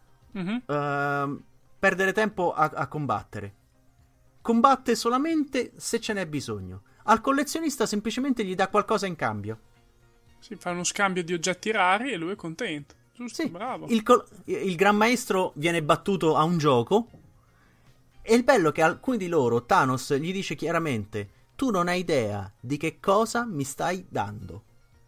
S4: perdere tempo a combattere. Combatte solamente se ce n'è bisogno. Al collezionista semplicemente gli dà qualcosa in cambio.
S3: Si fa uno scambio di oggetti rari e lui è contento. Giusto,
S4: sì,
S3: bravo.
S4: Il gran maestro viene battuto a un gioco. E il bello è che alcuni di loro Thanos gli dice chiaramente: tu non hai idea di che cosa mi stai dando.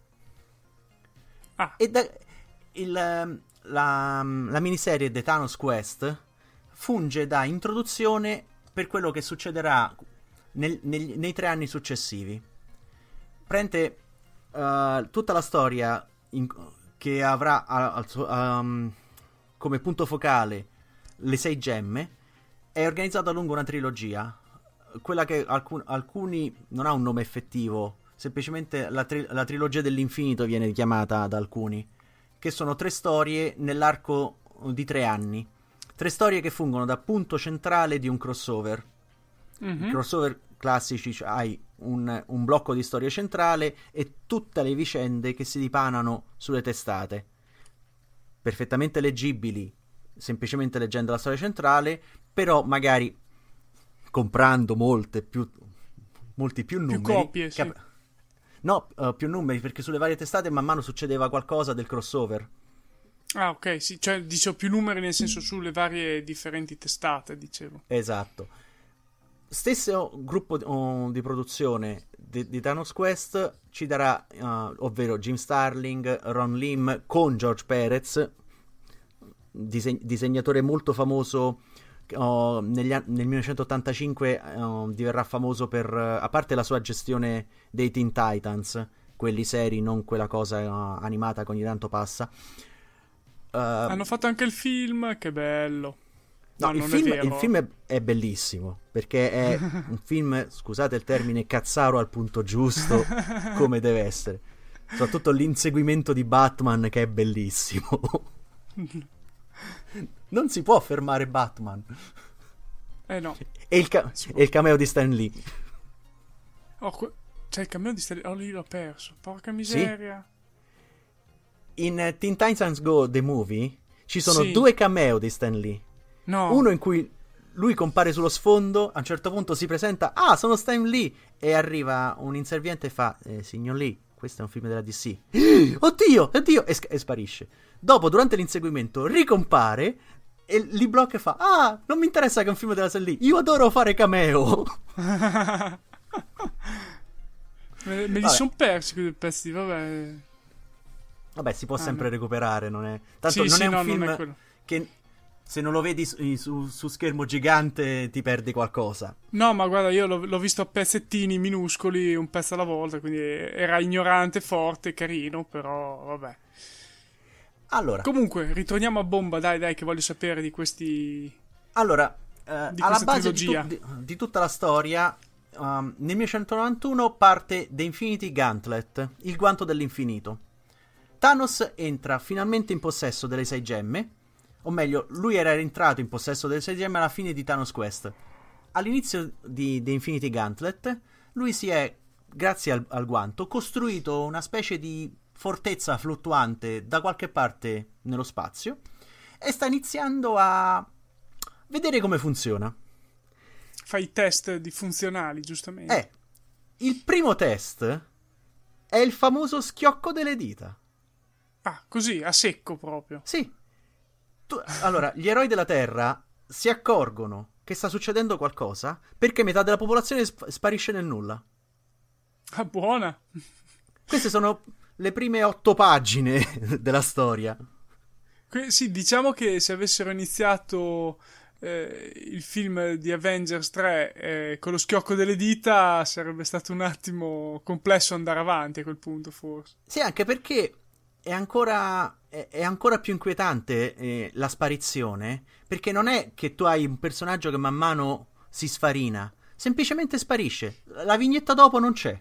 S4: E la miniserie The Thanos Quest funge da introduzione per quello che succederà nei 3 anni successivi. Prende tutta la storia che avrà come punto focale le 6 gemme. È organizzata lungo una trilogia, quella che alcuni non ha un nome effettivo, semplicemente la trilogia dell'infinito viene chiamata da alcuni, che sono 3 storie nell'arco di 3 anni. 3 storie che fungono da punto centrale di un crossover. I crossover classici, hai un blocco di storia centrale e tutte le vicende che si dipanano sulle testate. Perfettamente leggibili, semplicemente leggendo la storia centrale, però magari comprando molti più numeri.
S3: Più copie, sì.
S4: No, più numeri, perché sulle varie testate man mano succedeva qualcosa del crossover.
S3: Ah, ok, sì, cioè dicevo più numeri nel senso sulle varie differenti testate, dicevo.
S4: Esatto. Stesso gruppo di produzione di Thanos Quest ci darà, ovvero Jim Starlin, Ron Lim con George Perez, disegnatore molto famoso. Nel 1985 diverrà famoso per, a parte la sua gestione dei Teen Titans, quelli seri, non quella cosa animata che ogni tanto passa.
S3: Hanno fatto anche il film, che bello.
S4: No,
S3: non
S4: il
S3: è vero.
S4: Il film è bellissimo, perché è un film, scusate il termine, cazzaro al punto giusto, come deve essere. Soprattutto l'inseguimento di Batman, che è bellissimo. Non si può fermare Batman.
S3: No.
S4: E il cameo di Stan Lee.
S3: C'è il cameo di Stan Lee. Oh, lì l'ho perso. Porca miseria.
S4: Sì? In Teen Titans Go The Movie ci sono
S3: sì.
S4: 2 cameo di Stan Lee.
S3: No.
S4: Uno in cui lui compare sullo sfondo, a un certo punto si presenta, sono Stan Lee, e arriva un inserviente e fa, signor Lee, questo è un film della DC. Oddio, e sparisce. Dopo, durante l'inseguimento, ricompare e li blocca e fa, non mi interessa che è un film della Stan Lee, io adoro fare cameo.
S3: me li sono persi quei pezzi, vabbè.
S4: Vabbè, si può sempre recuperare, non è... Tanto
S3: Sì,
S4: non
S3: sì,
S4: è un
S3: no,
S4: film
S3: non è quello.
S4: che se non lo vedi su schermo gigante ti perdi qualcosa.
S3: No, ma guarda, io l'ho visto a pezzettini minuscoli, un pezzo alla volta, quindi era ignorante, forte, carino, però vabbè.
S4: Allora,
S3: Comunque, ritorniamo a bomba, dai, che voglio sapere di questi...
S4: allora
S3: di
S4: alla
S3: questa
S4: base
S3: trilogia.
S4: di tutta la storia, nel 1991 parte The Infinity Gauntlet, il guanto dell'infinito. Thanos entra finalmente in possesso delle 6 gemme, o meglio, lui era entrato in possesso delle 6 gemme alla fine di Thanos Quest. All'inizio di The Infinity Gauntlet, lui si è, grazie al guanto, costruito una specie di fortezza fluttuante da qualche parte nello spazio e sta iniziando a vedere come funziona.
S3: Fai i test di funzionali, giustamente.
S4: Il primo test è il famoso schiocco delle dita.
S3: Così, a secco proprio.
S4: Sì. Allora, gli eroi della Terra si accorgono che sta succedendo qualcosa perché metà della popolazione sparisce nel nulla.
S3: Buona.
S4: Queste sono le prime 8 pagine della storia.
S3: Sì, diciamo che se avessero iniziato il film di Avengers 3 con lo schiocco delle dita sarebbe stato un attimo complesso andare avanti a quel punto, forse.
S4: Sì, anche perché è ancora più inquietante la sparizione, perché non è che tu hai un personaggio che man mano si sfarina, semplicemente sparisce. La vignetta dopo non c'è.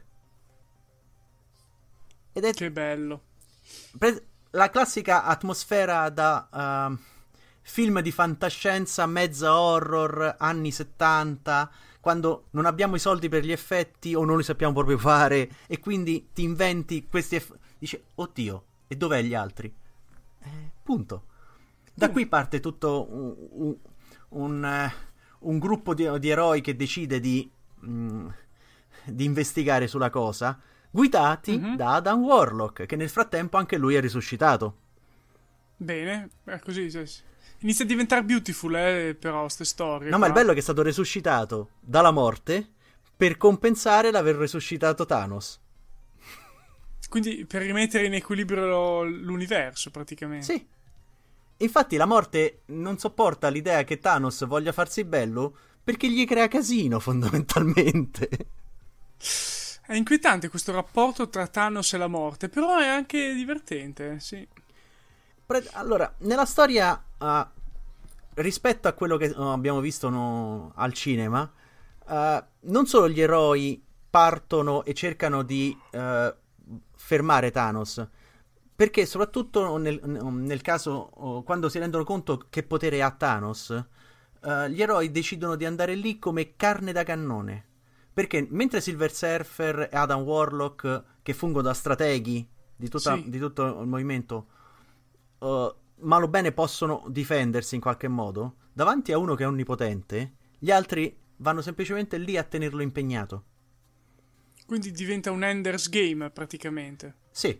S4: Ed è
S3: Che bello.
S4: la classica atmosfera da film di fantascienza, mezza horror, anni 70, quando non abbiamo i soldi per gli effetti o non li sappiamo proprio fare e quindi ti inventi questi dice, oddio, e dov'è gli altri? Punto. Da qui parte tutto un gruppo di eroi che decide di investigare sulla cosa, guidati da Adam Warlock, che nel frattempo anche lui è risuscitato.
S3: Bene, così inizia a diventare beautiful, però, ste storie.
S4: No, ma il bello è che è stato resuscitato dalla morte per compensare l'aver resuscitato Thanos.
S3: Quindi per rimettere in equilibrio l'universo, praticamente.
S4: Sì. Infatti la morte non sopporta l'idea che Thanos voglia farsi bello perché gli crea casino, fondamentalmente.
S3: È inquietante questo rapporto tra Thanos e la morte, però è anche divertente, sì.
S4: Allora, nella storia, rispetto a quello che abbiamo visto al cinema, non solo gli eroi partono e cercano di fermare Thanos, perché soprattutto nel caso quando si rendono conto che potere ha Thanos, gli eroi decidono di andare lì come carne da cannone, perché mentre Silver Surfer e Adam Warlock, che fungono da strateghi di tutto il movimento, malo bene possono difendersi in qualche modo, davanti a uno che è onnipotente, gli altri vanno semplicemente lì a tenerlo impegnato.
S3: Quindi diventa un Ender's Game, praticamente.
S4: Sì.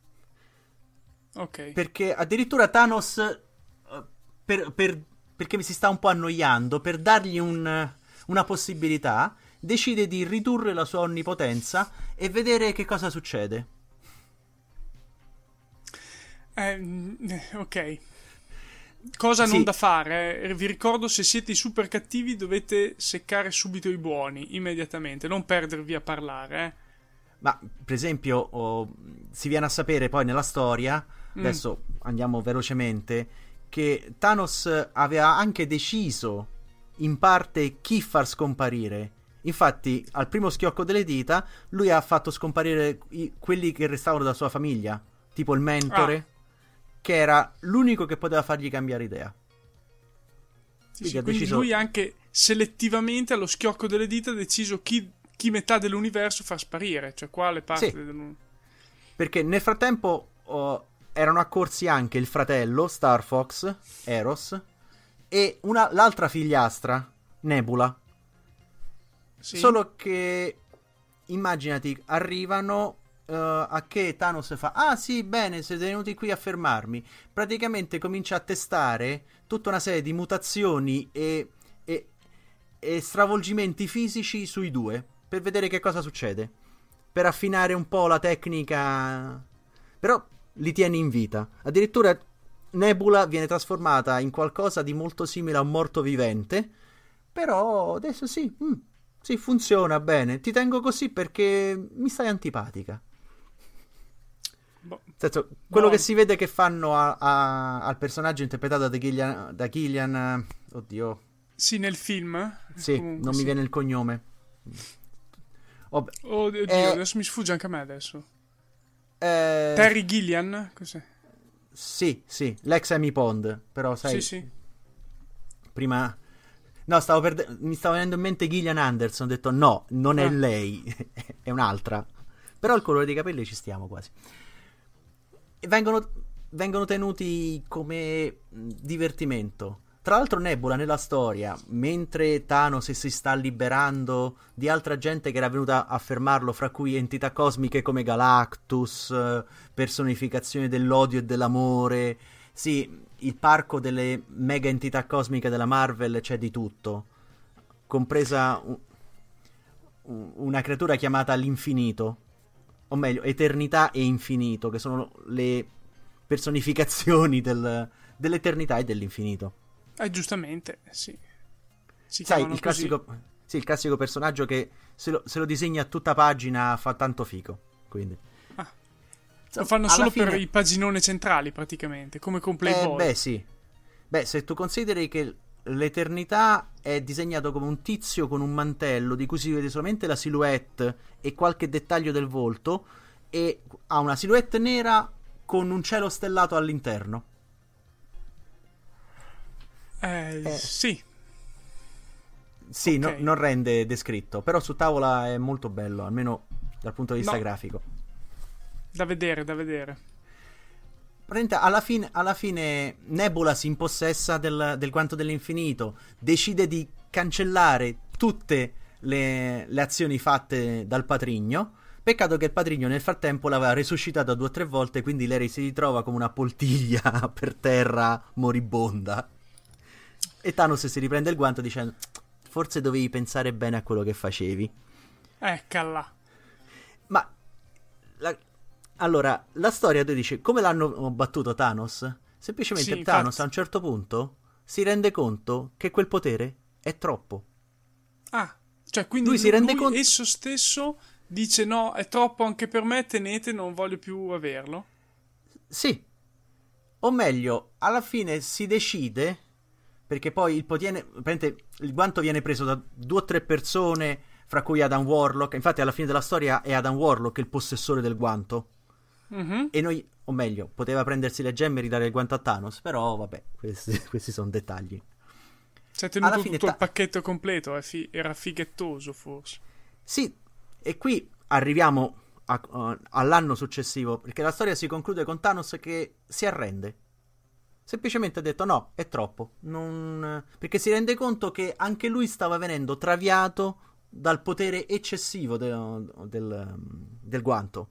S3: Ok.
S4: Perché addirittura Thanos, perché mi si sta un po' annoiando, per dargli una possibilità, decide di ridurre la sua onnipotenza e vedere che cosa succede.
S3: Ok. Cosa non da fare? Vi ricordo, se siete i super cattivi dovete seccare subito i buoni, immediatamente, non perdervi a parlare.
S4: Ma per esempio si viene a sapere poi nella storia, adesso andiamo velocemente, che Thanos aveva anche deciso in parte chi far scomparire. Infatti al primo schiocco delle dita lui ha fatto scomparire quelli che restavano della sua famiglia, tipo il mentore, che era l'unico che poteva fargli cambiare idea.
S3: Quindi lui anche selettivamente allo schiocco delle dita ha deciso chi metà dell'universo far sparire, cioè quale parte dell'universo.
S4: Perché nel frattempo erano accorsi anche il fratello Star Fox, Eros, e l'altra figliastra Nebula.
S3: Sì.
S4: Solo che immaginati, arrivano a che Thanos fa: ah sì, bene, siete venuti qui a fermarmi. Praticamente comincia a testare tutta una serie di mutazioni e stravolgimenti fisici sui due, per vedere che cosa succede, per affinare un po' la tecnica. Però li tiene in vita. Addirittura Nebula viene trasformata in qualcosa di molto simile a un morto vivente. Però adesso sì, sì, funziona bene. Ti tengo così perché mi stai antipatica. Nel senso, quello che si vede che fanno al personaggio interpretato da Killian, oddio.
S3: Sì, nel film.
S4: Sì,
S3: comunque,
S4: non mi viene il cognome.
S3: Oddio, adesso mi sfugge anche a me adesso. Terry Gilliam? Cos'è?
S4: Sì, l'ex Amy Pond. Però sai,
S3: Sì.
S4: prima... No, mi stava venendo in mente Gillian Anderson. Ho detto no, non è lei, è un'altra. Però il colore dei capelli ci stiamo quasi. E vengono tenuti come divertimento. Tra l'altro Nebula nella storia, mentre Thanos si sta liberando di altra gente che era venuta a fermarlo, fra cui entità cosmiche come Galactus, personificazioni dell'odio e dell'amore. Sì, il parco delle mega entità cosmiche della Marvel c'è di tutto, compresa una creatura chiamata l'Infinito, o meglio, Eternità e Infinito, che sono le personificazioni dell'eternità e dell'infinito.
S3: Giustamente, sì. Si
S4: Sai,
S3: chiamano così.
S4: il classico personaggio che se lo disegna a tutta pagina fa tanto fico, quindi...
S3: Lo fanno solo
S4: fine...
S3: per i paginone centrali, praticamente, come con Playboy.
S4: Sì. Beh, se tu consideri che l'Eternità è disegnato come un tizio con un mantello di cui si vede solamente la silhouette e qualche dettaglio del volto, e ha una silhouette nera con un cielo stellato all'interno.
S3: Sì.
S4: Sì,
S3: Okay.
S4: non rende descritto, però su tavola è molto bello, almeno dal punto di vista grafico.
S3: Da vedere.
S4: Alla fine Nebula si impossessa del guanto dell'infinito, decide di cancellare tutte le azioni fatte dal patrigno. Peccato che il patrigno nel frattempo l'aveva resuscitata 2 o 3 volte, quindi lei si ritrova come una poltiglia per terra moribonda. E Thanos si riprende il guanto dicendo: forse dovevi pensare bene a quello che facevi.
S3: Eccola.
S4: Ma allora, la storia, tu dici, come l'hanno battuto Thanos? Semplicemente
S3: Sì,
S4: Thanos
S3: infatti.
S4: a un certo punto si rende conto che quel potere è troppo.
S3: Cioè quindi
S4: Lui si rende conto...
S3: esso stesso dice no, è troppo anche per me, tenete, non voglio più averlo.
S4: Sì. O meglio, alla fine si decide, perché poi il guanto viene preso da 2 o 3 persone, fra cui Adam Warlock. Infatti alla fine della storia è Adam Warlock il possessore del guanto.
S3: Mm-hmm.
S4: E noi, o meglio, poteva prendersi le gemme e ridare il guanto a Thanos, però vabbè, questi sono dettagli.
S3: Si è tenuto
S4: Alla fine
S3: tutto il pacchetto completo, era fighettoso forse.
S4: Sì, e qui arriviamo all'anno successivo, perché la storia si conclude con Thanos che si arrende. Semplicemente ha detto no, è troppo. Perché si rende conto che anche lui stava venendo traviato dal potere eccessivo del guanto.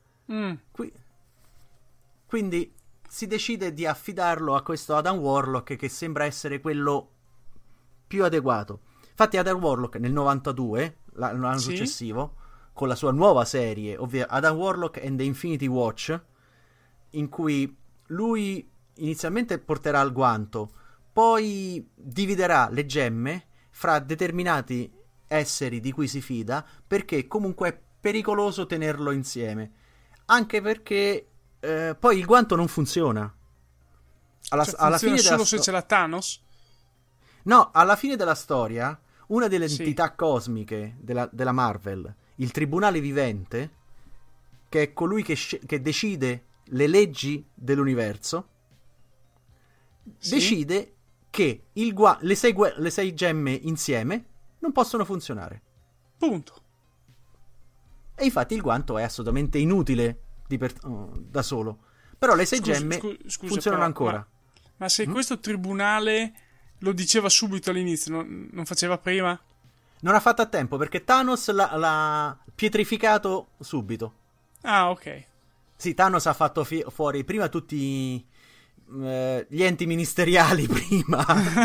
S4: Quindi si decide di affidarlo a questo Adam Warlock, che sembra essere quello più adeguato. Infatti Adam Warlock nel 92, l'anno successivo, con la sua nuova serie, ovvero Adam Warlock and the Infinity Watch, in cui lui inizialmente porterà il guanto, poi dividerà le gemme fra determinati esseri di cui si fida, perché comunque è pericoloso tenerlo insieme, anche perché poi il guanto non funziona. Alla fine
S3: solo se ce l'ha Thanos?
S4: No, alla fine della storia, una delle entità cosmiche della Marvel, il Tribunale Vivente, che è colui che decide le leggi dell'universo, decide che le 6 gemme insieme non possono funzionare.
S3: Punto.
S4: E infatti il guanto è assolutamente inutile da solo. Però le 6 gemme funzionano ancora.
S3: Ma se questo tribunale lo diceva subito all'inizio, non faceva prima?
S4: Non ha fatto a tempo perché Thanos l'ha pietrificato subito.
S3: Ah, ok.
S4: Sì, Thanos ha fatto fuori prima tutti gli enti ministeriali prima.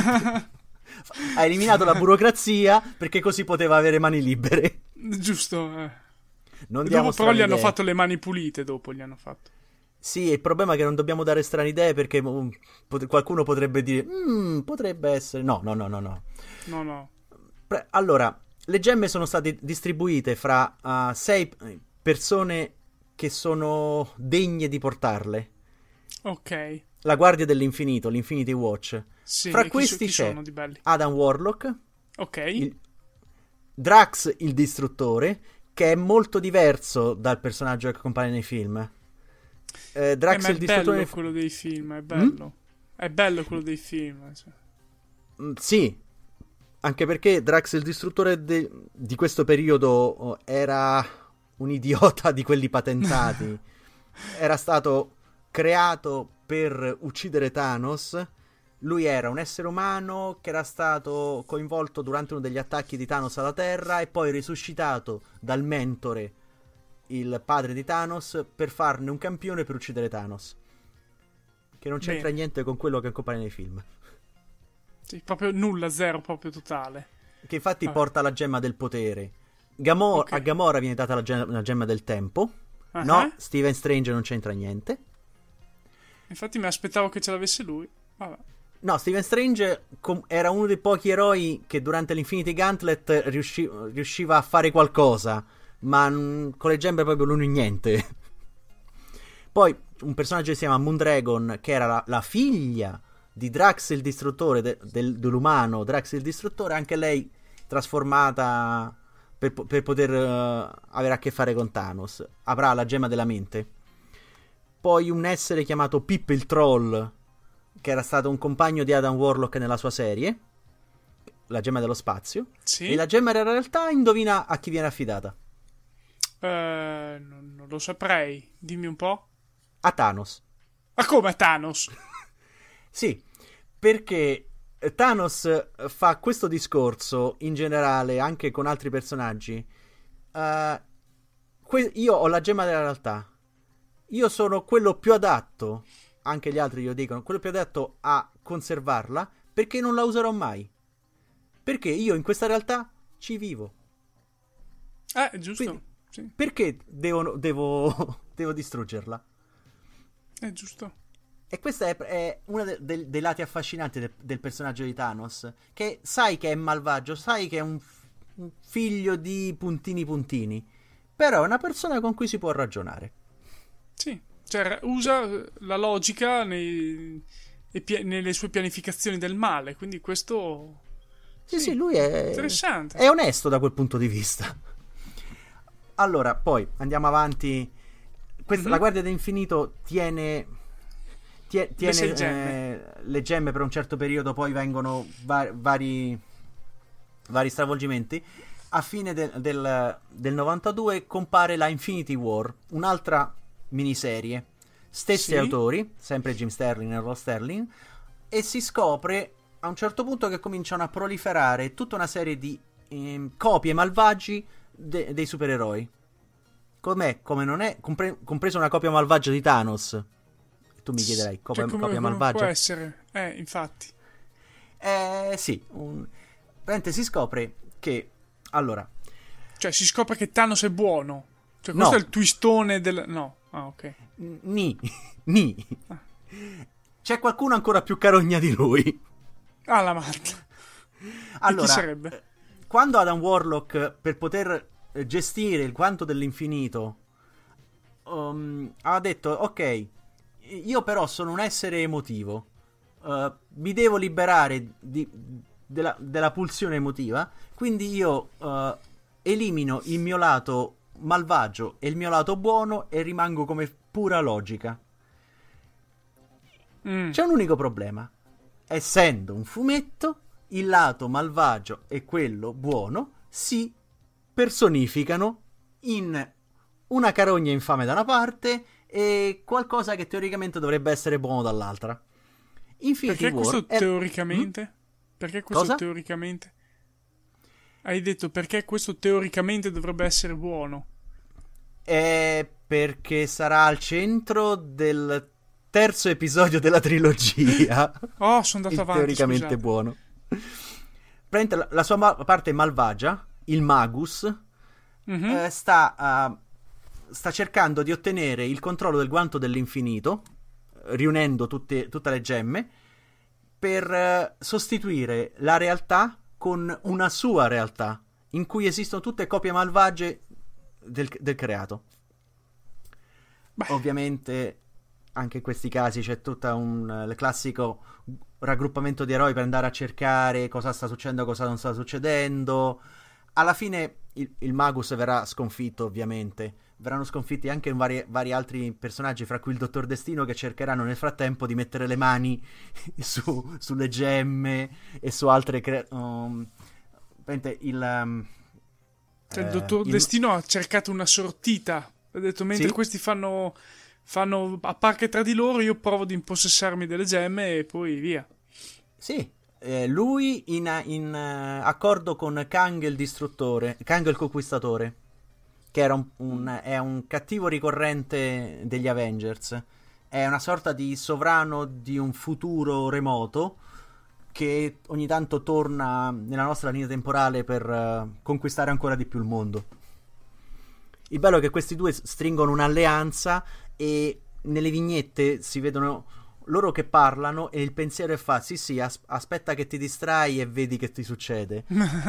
S4: Ha eliminato la burocrazia perché così poteva avere mani libere.
S3: Giusto.
S4: Non
S3: Dopo
S4: diamo
S3: però gli hanno
S4: idee.
S3: fatto le mani pulite, dopo gli hanno fatto.
S4: Sì, il problema è che non dobbiamo dare strane idee perché qualcuno potrebbe dire potrebbe essere... No.
S3: No.
S4: Allora, le gemme sono state distribuite fra 6 persone che sono degne di portarle.
S3: Ok.
S4: La Guardia dell'Infinito, l'Infinity Watch.
S3: Sì,
S4: Fra
S3: e
S4: questi
S3: chi
S4: c'è
S3: sono di belli?
S4: Adam Warlock,
S3: Ok.
S4: Drax il Distruttore, che è molto diverso dal personaggio che compare nei film. Drax
S3: Ma
S4: il
S3: è
S4: Distruttore...
S3: bello quello dei film, è bello. È bello quello dei film. Cioè.
S4: Sì, anche perché Drax il Distruttore di questo periodo era un idiota di quelli patentati. Era stato creato per uccidere Thanos. Lui era un essere umano che era stato coinvolto durante uno degli attacchi di Thanos alla Terra e poi risuscitato dal mentore, il padre di Thanos, per farne un campione per uccidere Thanos. Che non c'entra niente con quello che compare nei film.
S3: Sì, proprio nulla, zero, proprio totale.
S4: Che infatti porta la gemma del potere. A Gamora viene data la gemma del tempo.
S3: Uh-huh.
S4: No, Stephen Strange non c'entra niente.
S3: Infatti mi aspettavo che ce l'avesse lui. Vabbè.
S4: No, Stephen Strange era uno dei pochi eroi che durante l'Infinity Gauntlet riusciva a fare qualcosa, ma con le gemme proprio lui niente. Poi un personaggio che si chiama Moondragon, che era la figlia di Drax il Distruttore, dell'umano Drax il Distruttore, anche lei trasformata per poter avere a che fare con Thanos. Avrà la gemma della mente. Poi un essere chiamato Pip il Troll, che era stato un compagno di Adam Warlock nella sua serie, la gemma dello spazio.
S3: Sì.
S4: E la gemma in realtà, indovina a chi viene affidata?
S3: Non lo saprei. Dimmi un po'.
S4: A Thanos.
S3: Ma come a Thanos?
S4: Sì, perché Thanos fa questo discorso in generale anche con altri personaggi. Io ho la gemma della realtà. Io sono quello più adatto, anche gli altri glielo dicono, quello più adatto a conservarla perché non la userò mai. Perché io in questa realtà ci vivo.
S3: Giusto.
S4: Quindi,
S3: sì.
S4: Perché devo distruggerla?
S3: È giusto.
S4: E questo è uno dei lati affascinanti del personaggio di Thanos, che sai che è malvagio, sai che è un figlio di puntini, però è una persona con cui si può ragionare.
S3: Sì, cioè usa la logica nelle sue pianificazioni del male, quindi questo...
S4: Sì, lui è...
S3: interessante.
S4: È onesto da quel punto di vista. Allora, poi andiamo avanti. La Guardia dell'Infinito tiene le gemme per un certo periodo, poi vengono vari stravolgimenti. A fine del 92 compare la Infinity War, un'altra miniserie, stessi autori, sempre Jim Sterling e Ross Sterling, e si scopre a un certo punto che cominciano a proliferare tutta una serie di copie malvagi dei supereroi. Come non è, compreso una copia malvagia di Thanos. Tu mi chiederai, copia malvagia?
S3: Può essere, infatti.
S4: Sì, veramente si scopre che, allora...
S3: Cioè, si scopre che Thanos è buono. Cioè, questo è il twistone del... No, ok.
S4: Ni. C'è qualcuno ancora più carogna di lui.
S3: La Marta.
S4: Allora,
S3: chi sarebbe?
S4: Quando Adam Warlock, per poter gestire il quanto dell'infinito, ha detto, ok, io però sono un essere emotivo, mi devo liberare della pulsione emotiva, quindi io elimino il mio lato malvagio e il mio lato buono e rimango come pura logica. C'è un unico problema: essendo un fumetto, il lato malvagio e quello buono si personificano in una carogna infame da una parte e qualcosa che teoricamente dovrebbe essere buono dall'altra. Infinity
S3: Perché
S4: War
S3: questo teoricamente? Perché questo
S4: Cosa?
S3: teoricamente? Hai detto perché questo teoricamente dovrebbe essere buono.
S4: È perché sarà al centro del terzo episodio della trilogia.
S3: Oh, sono andato
S4: Il
S3: avanti,
S4: teoricamente
S3: scusate.
S4: buono. Praticamente la sua parte malvagia, il Magus,
S3: Mhm.
S4: sta cercando di ottenere il controllo del guanto dell'infinito, riunendo tutte le gemme, per sostituire la realtà con una sua realtà, in cui esistono tutte copie malvagie del creato.
S3: Beh.
S4: Ovviamente anche in questi casi c'è tutta il classico raggruppamento di eroi per andare a cercare cosa sta succedendo, cosa non sta succedendo. Alla fine il Magus verrà sconfitto, ovviamente. Verranno sconfitti anche vari altri personaggi, fra cui il Dottor Destino, che cercheranno nel frattempo di mettere le mani sulle gemme e su altre
S3: Cioè, il Dottor Destino ha cercato una sortita. Ha detto, mentre
S4: Sì.
S3: questi fanno a pacche tra di loro, io provo ad impossessarmi delle gemme e poi via.
S4: Sì, lui in accordo con Kang il Distruttore, Kang il Conquistatore, che era è un cattivo ricorrente degli Avengers. È una sorta di sovrano di un futuro remoto che ogni tanto torna nella nostra linea temporale per conquistare ancora di più il mondo. Il bello è che questi due stringono un'alleanza e nelle vignette si vedono loro che parlano e il pensiero è sì, aspetta che ti distrai e vedi che ti succede.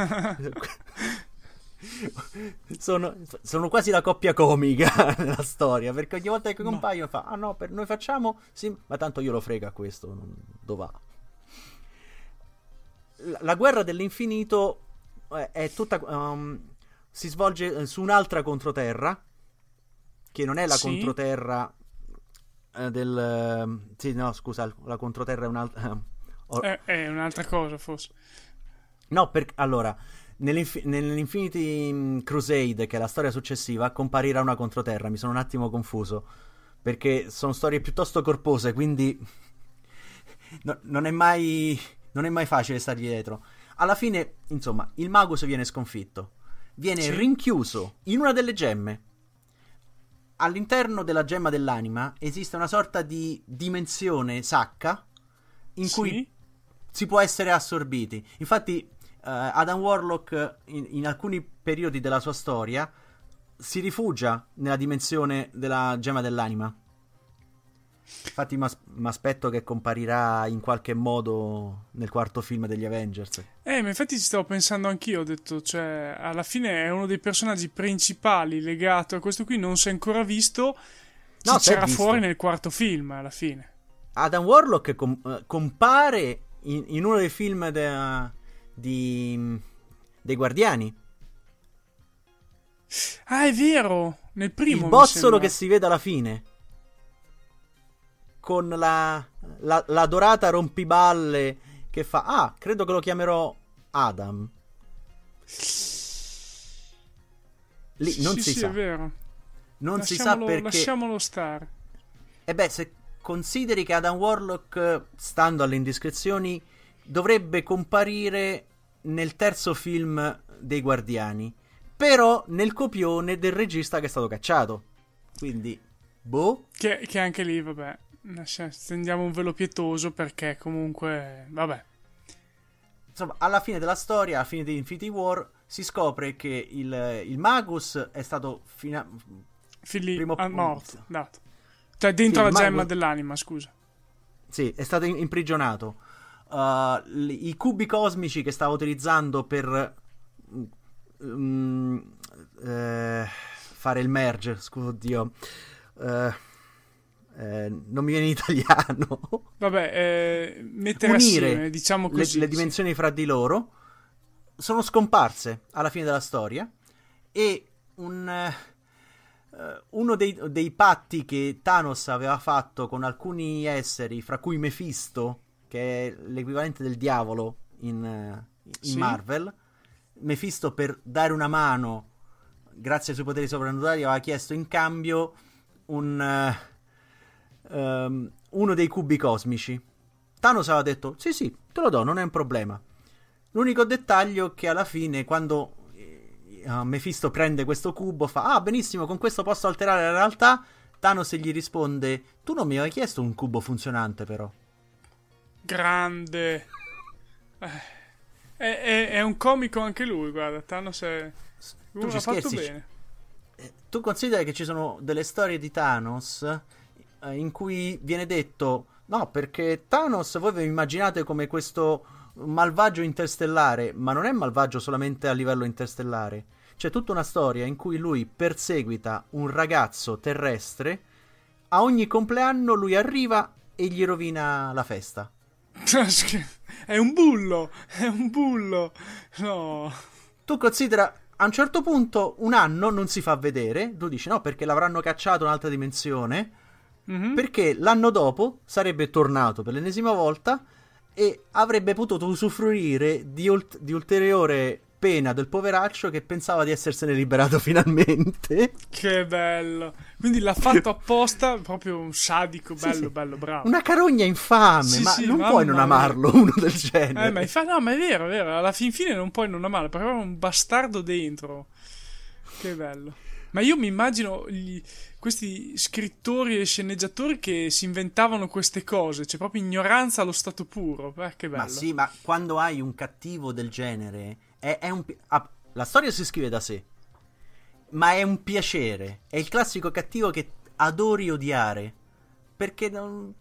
S4: Sono quasi la coppia comica nella storia, perché ogni volta che compaiono fa, ah no, noi facciamo, sì, ma tanto io lo frega questo, dove va. La guerra dell'infinito è tutta si svolge su un'altra controterra, che non è la
S3: Sì.
S4: controterra sì, no, scusa, la controterra è un'altra.
S3: È un'altra cosa, forse.
S4: No, allora, nell'Infinity Crusade, che è la storia successiva, comparirà una controterra. Mi sono un attimo confuso, perché sono storie piuttosto corpose, quindi non è mai facile stargli dietro. Alla fine, insomma, il Magus viene sconfitto, viene rinchiuso in una delle gemme. All'interno della gemma dell'anima esiste una sorta di dimensione sacca in cui si può essere assorbiti. Infatti Adam Warlock in alcuni periodi della sua storia si rifugia nella dimensione della gemma dell'anima. Infatti mi aspetto che comparirà in qualche modo nel quarto film degli Avengers.
S3: Ma infatti ci stavo pensando anch'io, ho detto, cioè, alla fine è uno dei personaggi principali legato a questo qui, non si è ancora visto,
S4: No, si è
S3: c'era
S4: visto.
S3: fuori nel quarto film, alla fine.
S4: Adam Warlock compare in uno dei film dei Guardiani.
S3: Ah, è vero, nel primo
S4: Il
S3: mi
S4: bozzolo
S3: sembra.
S4: che si vede alla fine, con la dorata rompiballe che fa, ah, credo che lo chiamerò Adam. Lì non si
S3: sì,
S4: sa.
S3: è vero.
S4: Non si sa perché.
S3: Lasciamolo stare.
S4: E beh, se consideri che Adam Warlock, stando alle indiscrezioni, dovrebbe comparire nel terzo film dei Guardiani, però nel copione del regista che è stato cacciato. Quindi, boh.
S3: Che anche lì, vabbè, stendiamo un velo pietoso perché comunque, vabbè.
S4: Insomma, alla fine della storia, alla fine di Infinity War, si scopre che il Magus è stato primo
S3: morto, dato. Cioè dentro
S4: Sì,
S3: la
S4: il
S3: gemma
S4: Magus-
S3: dell'anima, scusa.
S4: Sì, è stato imprigionato. I cubi cosmici che stava utilizzando per fare il merge, scusa, oddio, non mi viene in italiano.
S3: Vabbè, mettere
S4: Unire
S3: assieme, diciamo così.
S4: le dimensioni fra di loro sono scomparse alla fine della storia e uno dei patti che Thanos aveva fatto con alcuni esseri, fra cui Mephisto, che è l'equivalente del diavolo in
S3: Sì.
S4: Marvel. Mephisto, per dare una mano grazie ai suoi poteri soprannaturali, aveva chiesto in cambio uno dei cubi cosmici. Thanos aveva detto sì, te lo do, non è un problema. L'unico dettaglio che alla fine, quando Mephisto prende questo cubo, fa: ah, benissimo, con questo posso alterare la realtà. Thanos gli risponde: tu non mi hai chiesto un cubo funzionante, però.
S3: Grande. È un comico anche lui, guarda. Thanos è...
S4: Tu ci
S3: ha fatto
S4: scherzi?
S3: bene.
S4: Tu consideri che ci sono delle storie di Thanos in cui viene detto: no, perché Thanos voi vi immaginate come questo malvagio interstellare, ma non è malvagio solamente a livello interstellare. C'è tutta una storia in cui lui perseguita un ragazzo terrestre, a ogni compleanno lui arriva e gli rovina la festa.
S3: È un bullo, è un bullo. No.
S4: Tu considera, a un certo punto un anno non si fa vedere, tu dici no perché l'avranno cacciato in un'altra dimensione, perché l'anno dopo sarebbe tornato per l'ennesima volta e avrebbe potuto usufruire di ulteriore pena del poveraccio che pensava di essersene liberato finalmente.
S3: Che bello. Quindi l'ha fatto apposta, proprio un sadico, bello,
S4: Sì.
S3: bello, bravo.
S4: Una carogna infame,
S3: Sì,
S4: ma
S3: sì,
S4: non
S3: mamma
S4: puoi non
S3: mia.
S4: amarlo uno del genere.
S3: No, ma è vero, è vero. Alla fine non puoi non amarlo, perché aveva un bastardo dentro. Che bello. Ma io mi immagino questi scrittori e sceneggiatori che si inventavano queste cose, c'è proprio ignoranza allo stato puro. Che bello.
S4: Ma sì, ma quando hai un cattivo del genere la storia si scrive da sé, ma è un piacere. È il classico cattivo che adori odiare, perché non...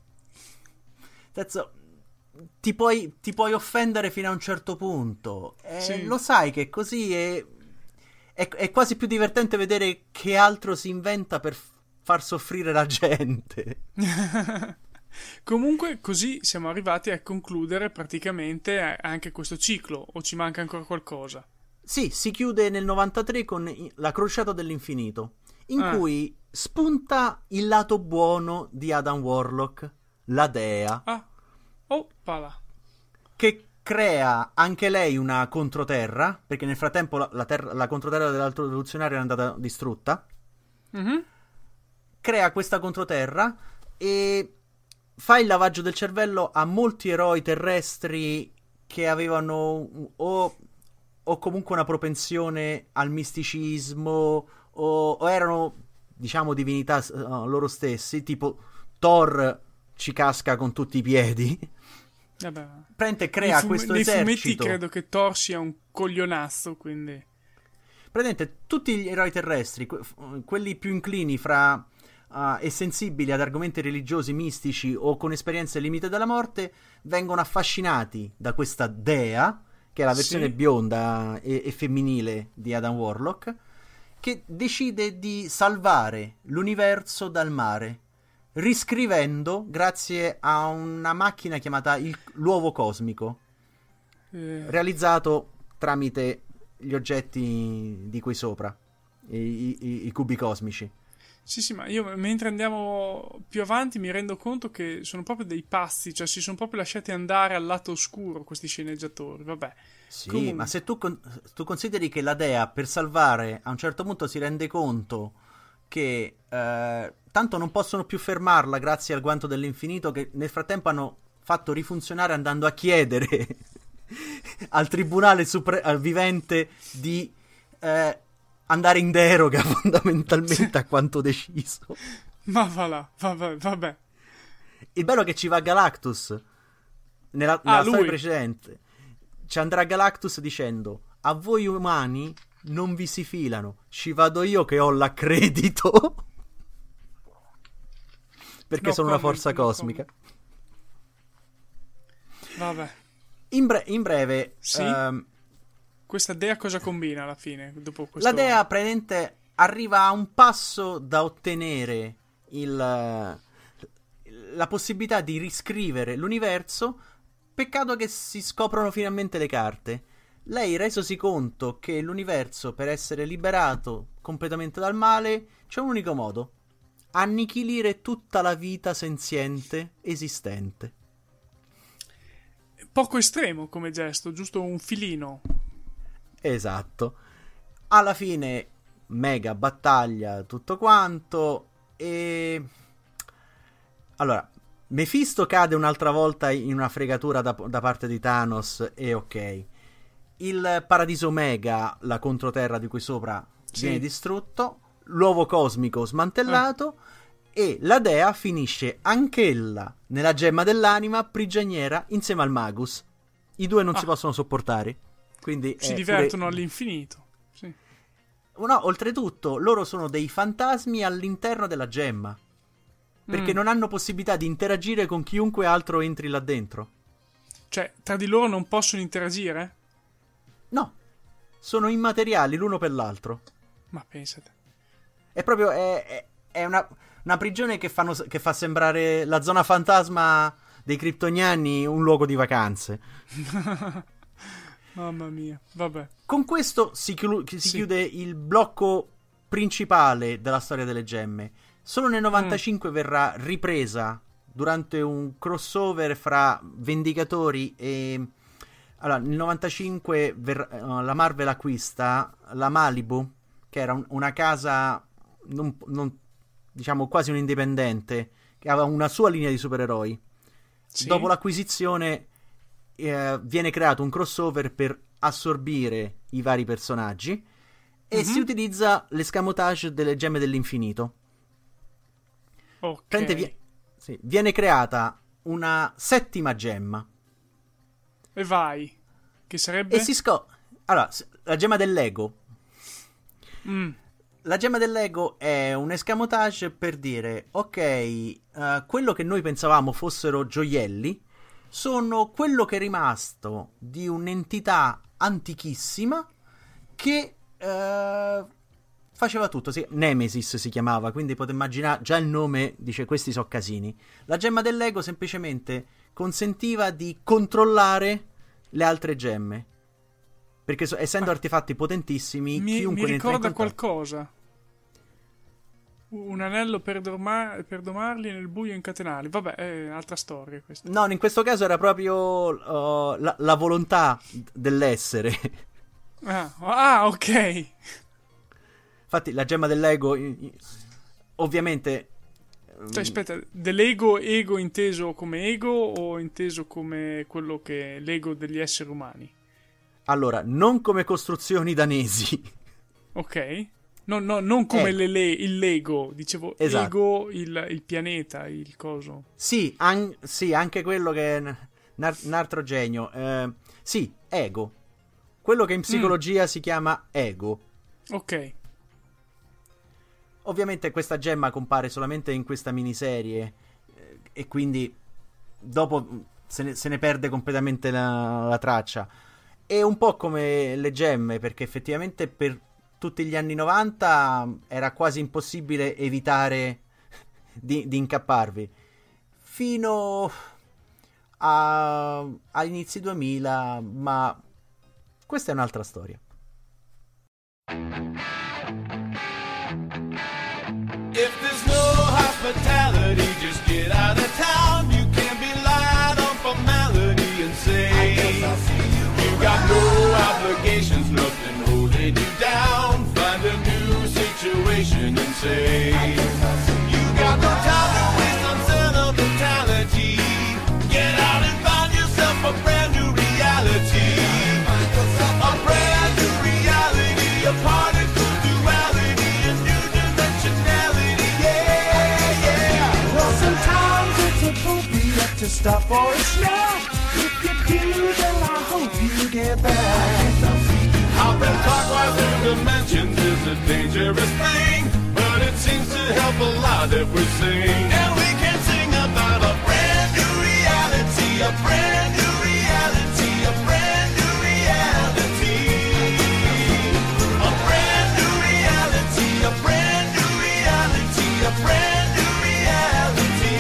S4: ti puoi offendere fino a un certo punto.
S3: Sì.
S4: Lo sai che così è quasi più divertente vedere che altro si inventa per far soffrire la gente.
S3: Comunque così siamo arrivati a concludere praticamente anche questo ciclo, o ci manca ancora qualcosa?
S4: Sì, si chiude nel 93 con la Crociata dell'Infinito, in cui spunta il lato buono di Adam Warlock, la dea,
S3: Oppala.
S4: che crea anche lei una controterra, perché nel frattempo la controterra dell'altro rivoluzionario è andata distrutta. Crea questa controterra e fa il lavaggio del cervello a molti eroi terrestri che avevano o comunque una propensione al misticismo o erano, diciamo, divinità loro stessi, tipo Thor ci casca con tutti i piedi. Prende crea questo esercito.
S3: Nei fumetti credo che Thor sia un coglionazzo, quindi
S4: Prendete tutti gli eroi terrestri, quelli più inclini fra e sensibili ad argomenti religiosi, mistici o con esperienze limite della morte, vengono affascinati da questa dea, che è la versione bionda e femminile di Adam Warlock, che decide di salvare l'universo dal mare, riscrivendo grazie a una macchina chiamata l'uovo cosmico, realizzato tramite gli oggetti di qui sopra, i cubi cosmici.
S3: Sì, ma io mentre andiamo più avanti mi rendo conto che sono proprio dei pazzi, cioè si sono proprio lasciati andare al lato oscuro questi sceneggiatori, vabbè.
S4: Sì,
S3: Comunque...
S4: ma se tu consideri che la dea per salvare a un certo punto si rende conto che tanto non possono più fermarla grazie al guanto dell'infinito, che nel frattempo hanno fatto rifunzionare andando a chiedere al tribunale al vivente di andare in deroga fondamentalmente a quanto deciso.
S3: Ma va là, vabbè.
S4: Il bello è che ci va Galactus nella storia precedente. Ci andrà Galactus dicendo: a voi umani non vi si filano, ci vado io che ho l'accredito perché sono una forza cosmica.
S3: Vabbè.
S4: In breve,
S3: sì? Questa dea cosa combina alla fine? Dopo questo...
S4: La dea praticamente arriva a un passo da ottenere la possibilità di riscrivere l'universo. Peccato che si scoprono finalmente le carte. Lei, resosi conto che l'universo, per essere liberato completamente dal male, c'è un unico modo: annichilire tutta la vita senziente esistente.
S3: Poco estremo come gesto, giusto un filino.
S4: Esatto. Alla fine mega battaglia, tutto quanto, e allora Mephisto cade un'altra volta in una fregatura da parte di Thanos, e ok. il paradiso Omega, la controterra di qui sopra,
S3: Sì.
S4: viene distrutto, l'uovo cosmico smantellato e la dea finisce anch'ella nella gemma dell'anima prigioniera insieme al Magus. I due non si possono sopportare, quindi
S3: Si
S4: è
S3: divertono
S4: pure-
S3: all'infinito. Sì.
S4: No, oltretutto loro sono dei fantasmi all'interno della gemma, perché non hanno possibilità di interagire con chiunque altro entri là dentro.
S3: Cioè, tra di loro non possono interagire?
S4: No, sono immateriali l'uno per l'altro.
S3: Ma pensate.
S4: È proprio è una prigione che fa sembrare la zona fantasma dei kryptoniani un luogo di vacanze.
S3: Mamma mia, vabbè.
S4: Con questo si chiude il blocco principale della storia delle gemme. Solo nel 95 verrà ripresa durante un crossover fra Vendicatori e... Allora, nel 95 la Marvel acquista la Malibu, che era una casa diciamo quasi un indipendente, che aveva una sua linea di supereroi.
S3: Sì.
S4: Dopo l'acquisizione viene creato un crossover per assorbire i vari personaggi e si utilizza l'escamotage delle gemme dell'infinito.
S3: Ok.
S4: Viene creata una settima gemma
S3: E vai. Che sarebbe?
S4: e allora, la gemma dell'ego. La gemma dell'ego è un escamotage per dire, ok, quello che noi pensavamo fossero gioielli sono quello che è rimasto di un'entità antichissima che faceva tutto. Nemesis si chiamava, quindi potete immaginare, già il nome dice questi so casini. La gemma dell'ego semplicemente consentiva di controllare le altre gemme. Perché essendo artefatti potentissimi,
S3: Mi
S4: chiunque ne entra in
S3: ricorda
S4: contatto...
S3: qualcosa. Un anello per domarli e nel buio incatenarli. Vabbè, è un'altra storia questa.
S4: No, in questo caso era proprio la volontà dell'essere.
S3: Ah, ok.
S4: Infatti la gemma dell'ego, ovviamente...
S3: Cioè, aspetta, dell'ego, ego inteso come ego o inteso come quello che è l'ego degli esseri umani?
S4: Allora, non come costruzioni danesi.
S3: Ok. Non come il Lego, dicevo,
S4: Esatto.
S3: ego, il pianeta, il coso.
S4: Sì, anche quello che è un altro genio. Sì, ego. Quello che in psicologia si chiama ego.
S3: Ok.
S4: Ovviamente questa gemma compare solamente in questa miniserie e quindi dopo se ne perde completamente la traccia. È un po' come le gemme, perché effettivamente per tutti gli anni 90 era quasi impossibile evitare di incapparvi. Fino a inizi 2000, ma questa è un'altra storia.
S6: If there's no hospitality, just get out of town. You can't be lied on formality and say you got no obligations, nothing holding you down. Find a new situation and say you got no time to waste on sentimentality. Get out and find yourself a brand new reality. A brand new reality, a part of good duality, a new dimensionality, yeah. Well, sometimes it's appropriate to stop for a snack. If you do, then I hope you get back. Hopping clockwise through dimensions is a dangerous thing, but it seems to help a lot if we sing. And we can sing about a brand new reality, a brand new reality, a brand new reality. A brand new reality, a brand new reality, a brand new reality.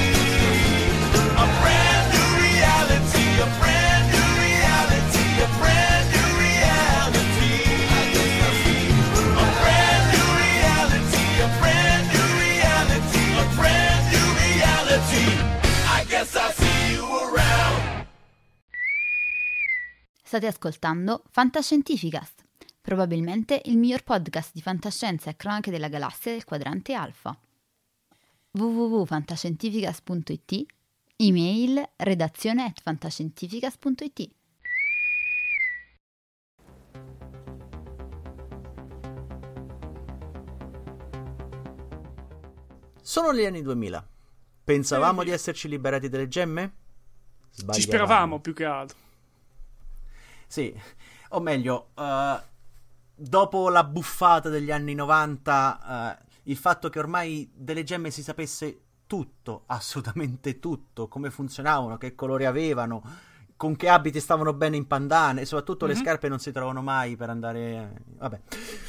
S6: A brand new reality, a brand new reality, a brand new reality. A brand new reality, a brand new reality, a brand new reality. I guess I'll see you around.
S2: State ascoltando Fantascientificast, probabilmente il miglior podcast di fantascienza e cronache della galassia del quadrante alfa. www.fantascientificast.it, email redazione@fantascientificast.it.
S4: sono gli anni 2000. Pensavamo di esserci liberati delle gemme?
S3: Ci speravamo più che altro.
S4: Sì, o meglio, dopo la buffata degli anni 90, il fatto che ormai delle gemme si sapesse tutto, assolutamente tutto, come funzionavano, che colori avevano, con che abiti stavano bene in pandane, e soprattutto le scarpe non si trovano mai per andare... Vabbè.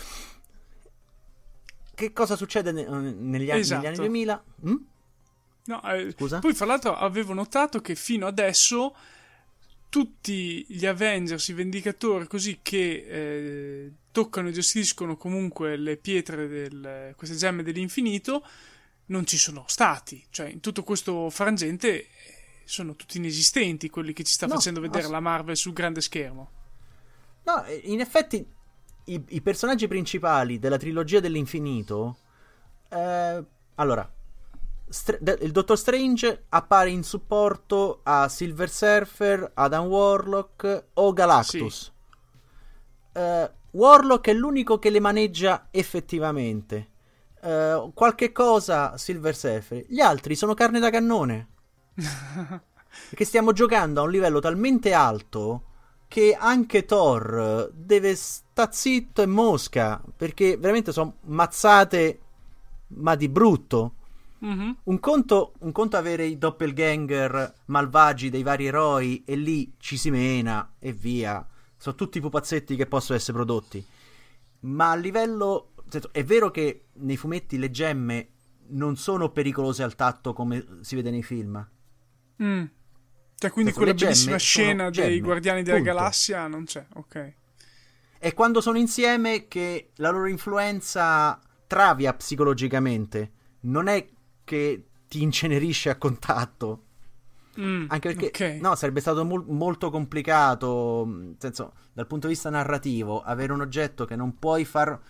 S4: Che cosa succede negli anni 2000?
S3: No,
S4: Scusa?
S3: Poi fra l'altro avevo notato che fino adesso tutti gli Avengers, i Vendicatori, così che toccano e gestiscono comunque le pietre queste gemme dell'infinito, non ci sono stati. Cioè, in tutto questo frangente sono tutti inesistenti quelli che ci sta facendo vedere la Marvel sul grande schermo.
S4: No, in effetti i personaggi principali della trilogia dell'infinito, allora, il Dottor Strange appare in supporto a Silver Surfer, Adam Warlock o Galactus. Sì. Warlock è l'unico che le maneggia effettivamente. Qualche cosa Silver Surfer. Gli altri sono carne da cannone. Perché stiamo giocando a un livello talmente alto che anche Thor deve sta zitto e mosca, perché veramente sono mazzate, ma di brutto. Mm-hmm. Un conto avere i doppelganger malvagi dei vari eroi e lì ci si mena e via, sono tutti pupazzetti che possono essere prodotti, ma a livello, è vero che nei fumetti le gemme non sono pericolose al tatto come si vede nei film.
S3: Cioè, quindi quella bellissima scena dei Guardiani della Galassia non c'è, ok.
S4: È quando sono insieme che la loro influenza travia psicologicamente, non è che ti incenerisce a contatto. Anche perché no, sarebbe stato molto complicato, nel senso, dal punto di vista narrativo, avere un oggetto che non puoi far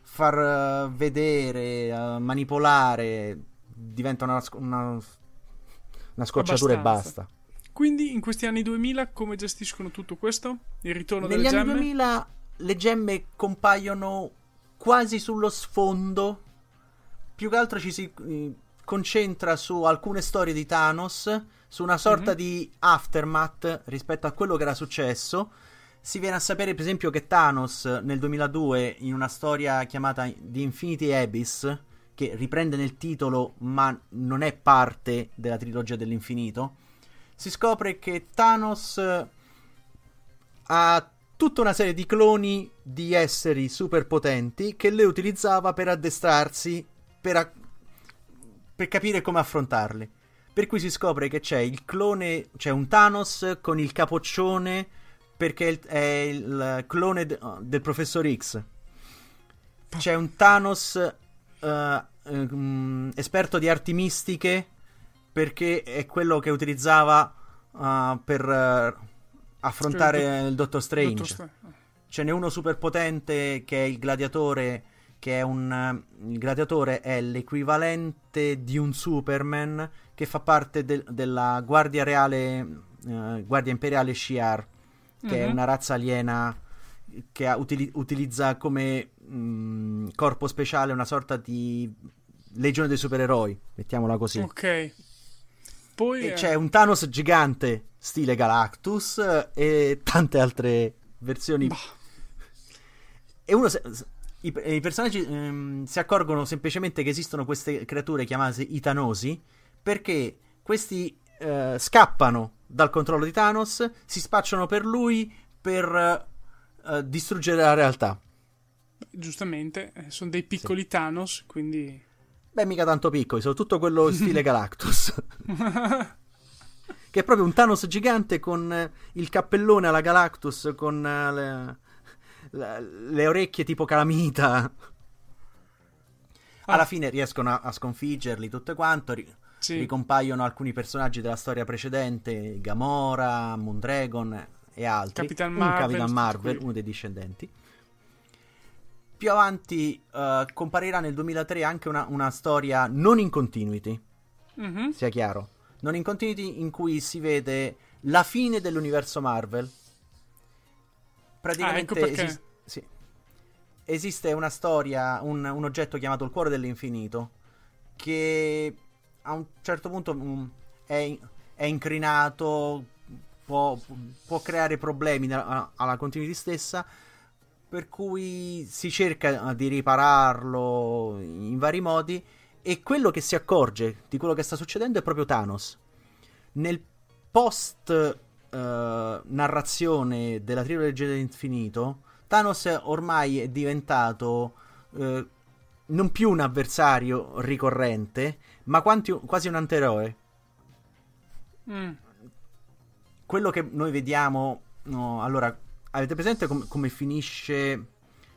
S4: vedere, manipolare, diventa una scocciatura e basta.
S3: Quindi in questi anni 2000 come gestiscono tutto questo? Il ritorno delle
S4: gemme?
S3: Negli
S4: anni 2000 le gemme compaiono quasi sullo sfondo, più che altro ci si concentra su alcune storie di Thanos, su una sorta di aftermath rispetto a quello che era successo. Si viene a sapere per esempio che Thanos nel 2002, in una storia chiamata The Infinity Abyss, che riprende nel titolo ma non è parte della trilogia dell'infinito, si scopre che Thanos ha tutta una serie di cloni di esseri super potenti che le utilizzava per addestrarsi, per capire come affrontarli. Per cui si scopre che c'è un Thanos con il capoccione perché è il clone del Professor X. C'è un Thanos esperto di arti mistiche perché è quello che utilizzava per affrontare il Dottor Strange. Ce n'è uno super potente che è il gladiatore, il gladiatore è l'equivalente di un Superman che fa parte della guardia reale, guardia imperiale Shi'ar, che è una razza aliena che utilizza come corpo speciale una sorta di legione dei supereroi, mettiamola così. Ok. Poi c'è un Thanos gigante stile Galactus e tante altre versioni. E i personaggi si accorgono semplicemente che esistono queste creature chiamate i Thanosi, perché questi scappano dal controllo di Thanos, si spacciano per lui per distruggere la realtà.
S3: Giustamente, sono dei piccoli Thanos, quindi...
S4: Beh, mica tanto piccoli, soprattutto quello stile Galactus. Che è proprio un Thanos gigante con il cappellone alla Galactus, con le orecchie tipo calamita. Alla fine riescono a sconfiggerli tutto quanto. Ricompaiono alcuni personaggi della storia precedente, Gamora, Mondragon e altri.
S3: Capitan
S4: Marvel, uno dei discendenti. Più avanti comparirà nel 2003 anche una storia non in continuity, sia chiaro, non in continuity, in cui si vede la fine dell'universo Marvel. Praticamente
S3: ecco
S4: esiste una storia, un oggetto chiamato il cuore dell'infinito, che a un certo punto è incrinato, può creare problemi alla continuity stessa, per cui si cerca di ripararlo in vari modi, e quello che si accorge di quello che sta succedendo è proprio Thanos. Nel post narrazione della trilogia dell'infinito, Thanos ormai è diventato non più un avversario ricorrente, ma quasi un antieroe. Quello che noi vediamo, no, allora, avete presente come finisce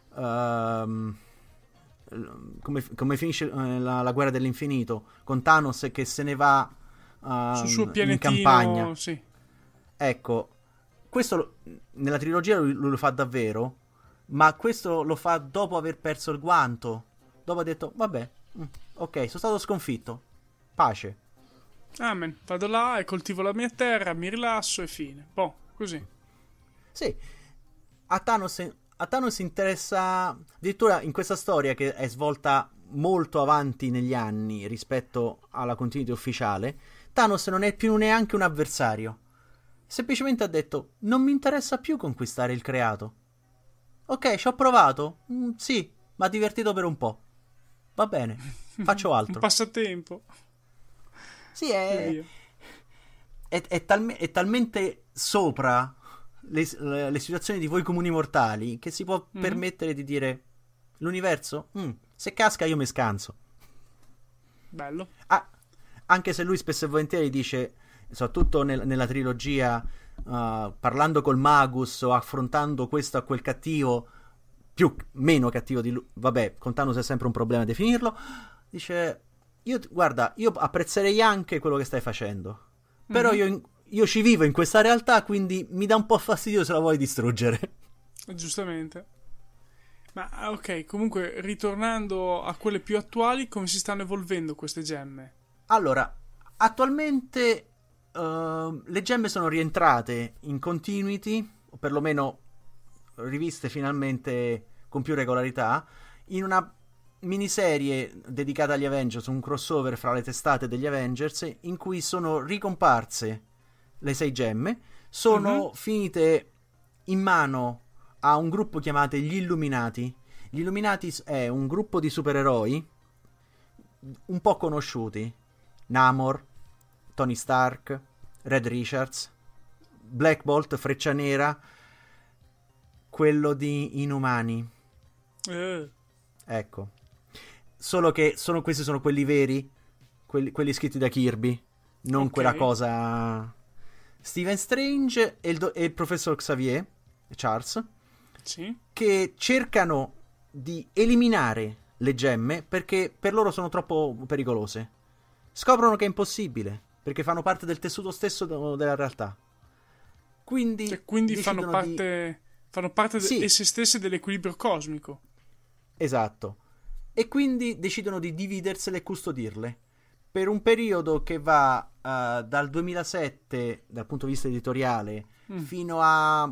S4: come finisce la guerra dell'infinito, con Thanos che se ne va
S3: sul suo pianetino,
S4: in campagna?
S3: Sì.
S4: Ecco, questo nella trilogia lui lo fa davvero, ma questo lo fa dopo aver perso il guanto. Dopo ha detto, vabbè, ok, sono stato sconfitto, pace.
S3: Amen, vado là e coltivo la mia terra, mi rilasso e fine. Boh, così.
S4: Sì, a Thanos interessa, addirittura in questa storia che è svolta molto avanti negli anni rispetto alla continuity ufficiale, Thanos non è più neanche un avversario. Semplicemente ha detto, non mi interessa più conquistare il creato. Ok, ci ho provato, sì, ma divertito per un po'. Va bene, faccio altro.
S3: Un passatempo.
S4: Sì, è talmente sopra le situazioni di voi comuni mortali che si può permettere di dire, l'universo? Se casca io mi scanso.
S3: Bello.
S4: Anche se lui spesso e volentieri dice, soprattutto nella trilogia, parlando col Magus o affrontando questo o quel cattivo, meno cattivo di lui, vabbè, con Thanos è sempre un problema definirlo, dice, guarda, io apprezzerei anche quello che stai facendo, però io ci vivo in questa realtà, quindi mi dà un po' fastidio se la vuoi distruggere.
S3: Giustamente. Ma ok, comunque, ritornando a quelle più attuali, come si stanno evolvendo queste gemme?
S4: Allora, attualmente le gemme sono rientrate in continuity, o perlomeno riviste finalmente con più regolarità, in una miniserie dedicata agli Avengers, un crossover fra le testate degli Avengers, in cui sono ricomparse le 6 gemme, sono finite in mano a un gruppo chiamato gli Illuminati. Gli Illuminati è un gruppo di supereroi un po' conosciuti: Namor, Tony Stark, Red Richards, Black Bolt, Freccia Nera, quello di Inumani. Ecco. Solo che questi sono quelli veri, quelli scritti da Kirby, non quella cosa. Steven Strange e il professor Xavier, Charles,
S3: sì,
S4: che cercano di eliminare le gemme perché per loro sono troppo pericolose. Scoprono che è impossibile, perché fanno parte del tessuto stesso della realtà. Quindi
S3: fanno parte
S4: sì,
S3: esse stesse dell'equilibrio cosmico.
S4: Esatto. E quindi decidono di dividersele e custodirle per un periodo che va dal 2007 dal punto di vista editoriale fino a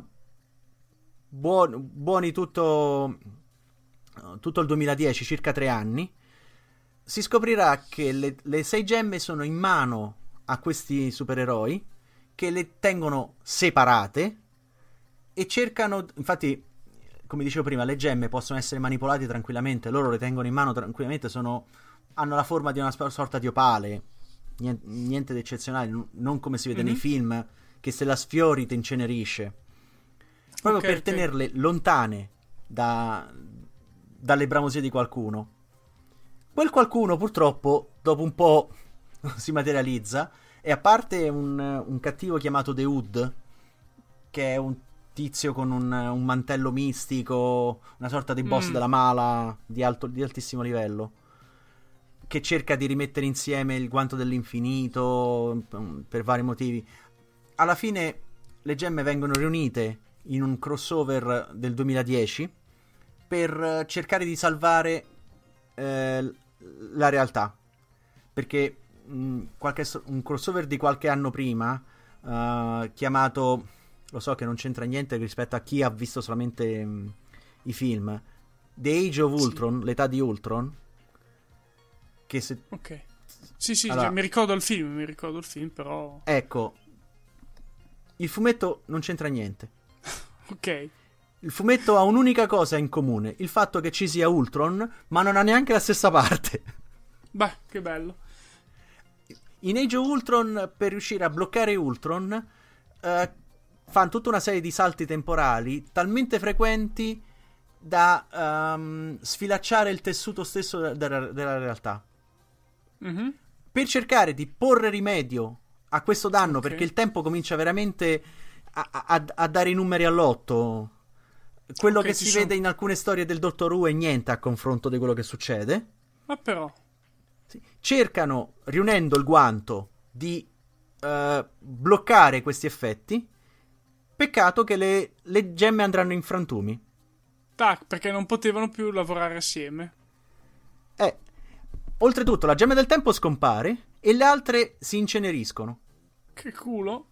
S4: buoni tutto il 2010, circa 3 anni. Si scoprirà che le 6 gemme sono in mano a questi supereroi, che le tengono separate e cercano, infatti, come dicevo prima, le gemme possono essere manipolate tranquillamente, loro le tengono in mano tranquillamente, hanno la forma di una sorta di opale, niente di eccezionale, non come si vede nei film, che se la sfiori ti incenerisce, proprio per tenerle lontane dalle bramosie di qualcuno. Quel qualcuno purtroppo dopo un po' si materializza, e a parte un cattivo chiamato The Hood, che è un tizio con un mantello mistico, una sorta di boss della mala di altissimo livello, che cerca di rimettere insieme il guanto dell'infinito per vari motivi. Alla fine le gemme vengono riunite in un crossover del 2010 per cercare di salvare la realtà, perché un crossover di qualche anno prima chiamato, lo so che non c'entra niente rispetto a chi ha visto solamente i film, The Age of Ultron, l'età di Ultron, che se...
S3: Ok. Sì,
S4: Allora,
S3: mi ricordo il film, però...
S4: ecco, il fumetto non c'entra niente.
S3: Ok.
S4: Il fumetto ha un'unica cosa in comune, il fatto che ci sia Ultron, ma non ha neanche la stessa parte.
S3: Beh, che bello.
S4: In Age of Ultron, per riuscire a bloccare Ultron, fanno tutta una serie di salti temporali talmente frequenti da sfilacciare il tessuto stesso della realtà.
S3: Mhm.
S4: Per cercare di porre rimedio a questo danno,
S3: Ok.
S4: perché il tempo comincia veramente a dare i numeri all'otto. Quello
S3: Ok,
S4: che
S3: ci
S4: si
S3: sono-
S4: vede in alcune storie del Dottor Who è niente a confronto di quello che succede.
S3: Ma però...
S4: Sì. Cercano, riunendo il guanto, di bloccare questi effetti. Peccato che le gemme andranno in frantumi.
S3: Tac, perché non potevano più lavorare assieme.
S4: Oltretutto, la gemma del tempo scompare e le altre si inceneriscono.
S3: Che culo.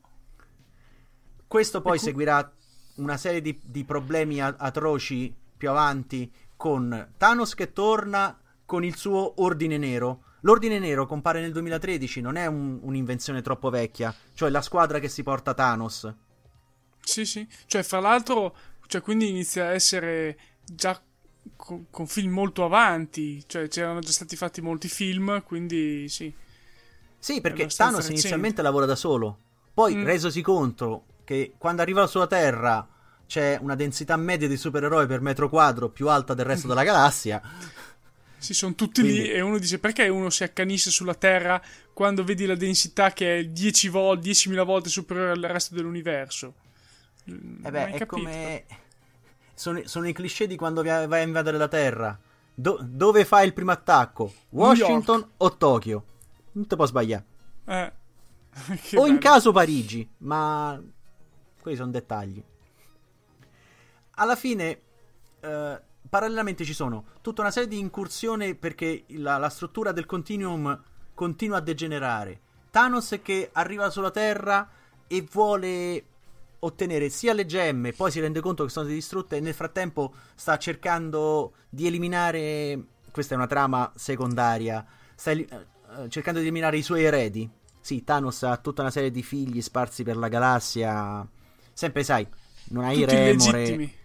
S4: Questo poi seguirà una serie di problemi atroci più avanti, con Thanos che torna con il suo Ordine Nero. L'Ordine Nero compare nel 2013, non è un'invenzione troppo vecchia, cioè la squadra che si porta Thanos.
S3: Sì. Cioè, fra l'altro, cioè, quindi inizia a essere già con film molto avanti. Cioè, c'erano già stati fatti molti film, quindi sì.
S4: Sì,
S3: È
S4: perché
S3: abbastanza
S4: Thanos
S3: recente.
S4: inizialmente lavora da solo, poi
S3: Mm.
S4: resosi conto che quando arriva sulla Terra c'è una densità media di supereroi per metro quadro più alta del resto della galassia.
S3: Sì, sono tutti
S4: Quindi-
S3: lì e uno dice perché uno si accanisce sulla Terra quando vedi la densità che è 10.000 volte superiore al resto dell'universo.
S4: Beh,
S3: Mai
S4: è
S3: capito.
S4: come... Sono i cliché di quando vai a invadere la Terra. Dove fai il primo attacco? Washington o Tokyo? Non ti può sbagliare.
S3: Che
S4: O in
S3: bello.
S4: caso Parigi, ma quelli sono dettagli. Alla fine, parallelamente ci sono tutta una serie di incursioni perché la struttura del continuum continua a degenerare. Thanos che arriva sulla Terra e vuole ottenere sia le gemme, poi si rende conto che sono distrutte e nel frattempo sta cercando di eliminare, questa è una trama secondaria, cercando di eliminare i suoi eredi. Sì, Thanos ha tutta una serie di figli sparsi per la galassia, sempre sai, non hai
S3: Tutti
S4: remore.
S3: illegittimi.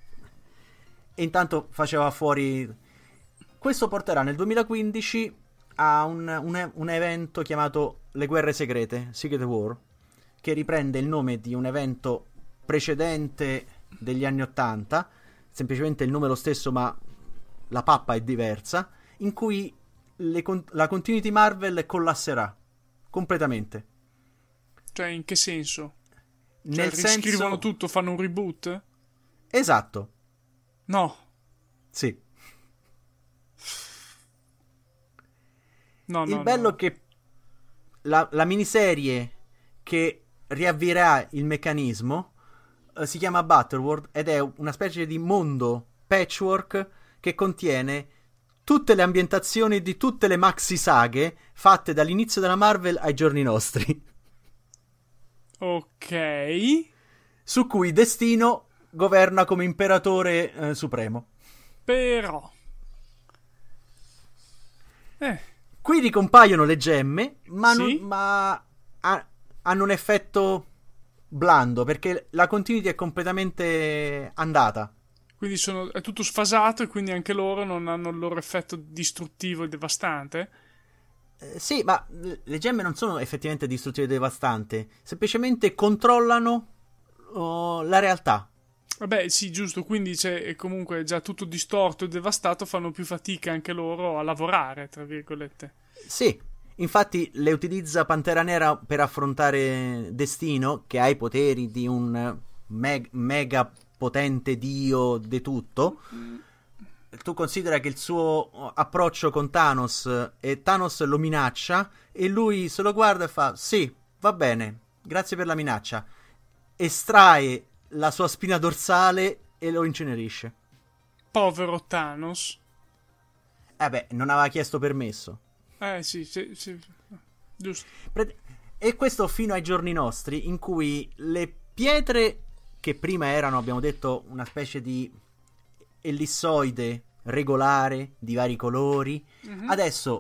S4: E intanto faceva fuori. Questo porterà nel 2015 a un evento chiamato Le Guerre Segrete, Secret War, che riprende il nome di un evento precedente degli anni 80, semplicemente il nome è lo stesso ma la pappa è diversa, in cui la continuity Marvel collasserà completamente.
S3: Cioè, in che senso?
S4: Nel
S3: riscrivono
S4: senso...
S3: tutto, fanno un reboot?
S4: Esatto,
S3: No.
S4: sì.
S3: No,
S4: Il bello
S3: no.
S4: è che la miniserie che riavvierà il meccanismo si chiama Battleworld ed è una specie di mondo patchwork che contiene tutte le ambientazioni di tutte le maxi saghe fatte dall'inizio della Marvel ai giorni nostri,
S3: Ok.
S4: su cui Destino governa come imperatore supremo.
S3: Però...
S4: Qui ricompaiono le gemme, ma,
S3: Sì?
S4: hanno un effetto blando, perché la continuity è completamente andata.
S3: Quindi è tutto sfasato e quindi anche loro non hanno il loro effetto distruttivo e devastante?
S4: Sì, ma le gemme non sono effettivamente distruttive e devastanti, semplicemente controllano la realtà.
S3: Vabbè, sì, giusto, quindi è comunque già tutto distorto e devastato, fanno più fatica anche loro a lavorare, tra virgolette.
S4: Sì, infatti le utilizza Pantera Nera per affrontare Destino, che ha i poteri di un mega potente dio di tutto. Tu considera che il suo approccio con Thanos, e Thanos lo minaccia e lui se lo guarda e fa: sì, va bene, grazie per la minaccia. Estrae la sua spina dorsale e lo incenerisce.
S3: Povero Thanos.
S4: Non aveva chiesto permesso.
S3: Sì, giusto.
S4: E questo fino ai giorni nostri, in cui le pietre che prima erano, abbiamo detto, una specie di ellissoide regolare di vari colori, adesso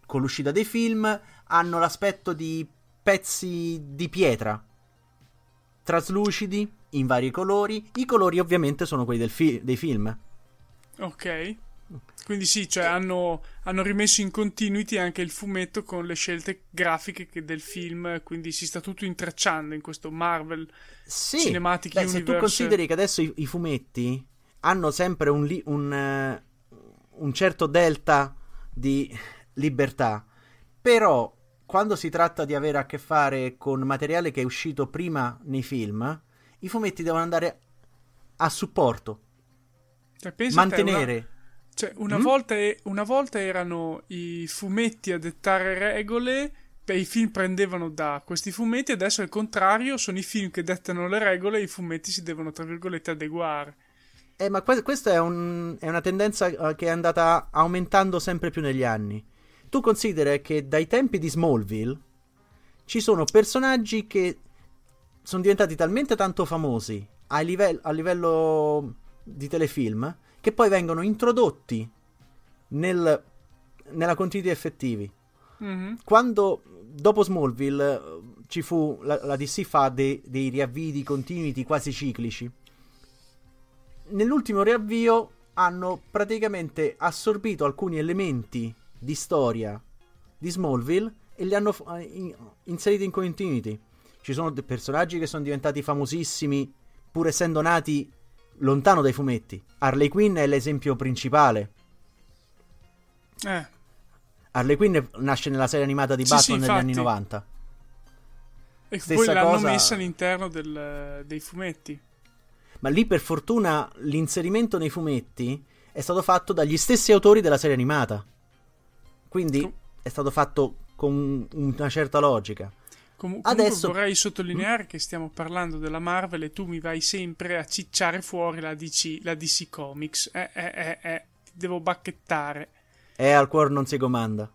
S4: con l'uscita dei film hanno l'aspetto di pezzi di pietra, traslucidi, in vari colori. I colori ovviamente sono quelli dei film.
S3: Ok. Quindi sì, cioè hanno rimesso in continuity anche il fumetto con le scelte grafiche del film, quindi si sta tutto intrecciando in questo Marvel Cinematic Universe.
S4: Se tu consideri che adesso i fumetti hanno sempre un certo delta di libertà, però quando si tratta di avere a che fare con materiale che è uscito prima nei film, i fumetti devono andare a supporto,
S3: cioè,
S4: mantenere...
S3: Una volta erano i fumetti a dettare regole, i film prendevano da questi fumetti, adesso al contrario sono i film che dettano le regole e i fumetti si devono, tra virgolette, adeguare.
S4: Ma questa è una tendenza che è andata aumentando sempre più negli anni. Tu consideri che dai tempi di Smallville ci sono personaggi che sono diventati talmente tanto famosi a livello di telefilm che poi vengono introdotti nella continuity effettivi. Mm-hmm. Quando dopo Smallville ci fu la DC fa dei riavvii di continuity quasi ciclici, nell'ultimo riavvio hanno praticamente assorbito alcuni elementi di storia di Smallville e li hanno inseriti in continuity. Ci sono dei personaggi che sono diventati famosissimi pur essendo nati lontano dai fumetti. Harley Quinn è l'esempio principale. Harley Quinn nasce nella serie animata di Batman negli anni 90.
S3: E poi l'hanno messa all'interno dei fumetti.
S4: Ma lì per fortuna l'inserimento nei fumetti è stato fatto dagli stessi autori della serie animata. Quindi è stato fatto con una certa logica.
S3: Comunque
S4: adesso
S3: vorrei sottolineare che stiamo parlando della Marvel e tu mi vai sempre a cicciare fuori la DC Comics. Devo bacchettare.
S4: Al cuore non si comanda.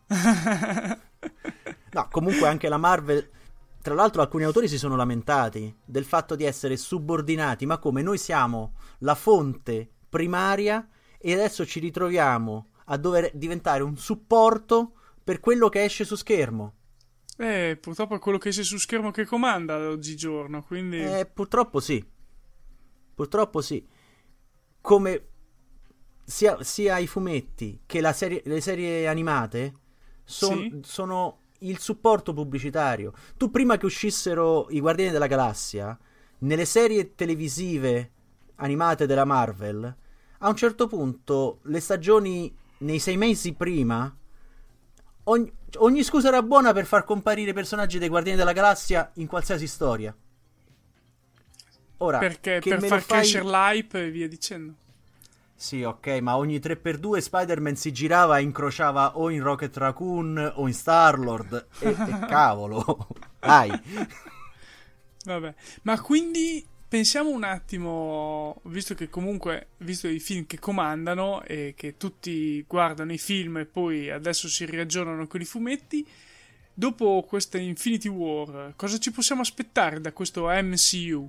S4: No, comunque anche la Marvel... Tra l'altro alcuni autori si sono lamentati del fatto di essere subordinati, ma come noi siamo la fonte primaria e adesso ci ritroviamo a dover diventare un supporto per quello che esce su schermo.
S3: Purtroppo è quello che esce su schermo che comanda oggigiorno, quindi...
S4: Purtroppo sì. Purtroppo sì. Come sia i fumetti che le serie animate sono il supporto pubblicitario. Tu prima che uscissero i Guardiani della Galassia, nelle serie televisive animate della Marvel, a un certo punto le stagioni nei 6 mesi prima ogni scusa era buona per far comparire i personaggi dei Guardiani della Galassia in qualsiasi storia. Ora,
S3: perché per far crescere l'hype e via dicendo.
S4: Sì, ok, ma ogni 3x2 Spider-Man si girava e incrociava o in Rocket Raccoon o in Star-Lord. E cavolo, dai.
S3: Vabbè, ma quindi pensiamo un attimo, visto i film che comandano e che tutti guardano i film e poi adesso si riaggiornano con i fumetti, dopo questa Infinity War, cosa ci possiamo aspettare da questo MCU?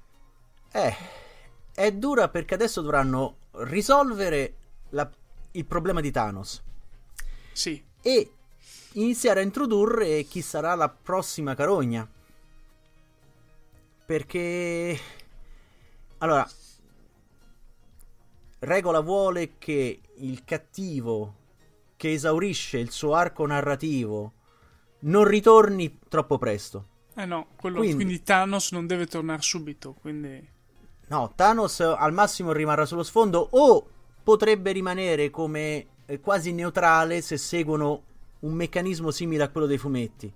S4: È dura perché adesso dovranno risolvere il problema di Thanos.
S3: Sì.
S4: E iniziare a introdurre chi sarà la prossima carogna. Perché... Allora... Regola vuole che il cattivo che esaurisce il suo arco narrativo non ritorni troppo presto.
S3: No, quindi Thanos non deve tornare subito, quindi...
S4: No, Thanos al massimo rimarrà sullo sfondo o potrebbe rimanere come quasi neutrale se seguono un meccanismo simile a quello dei fumetti.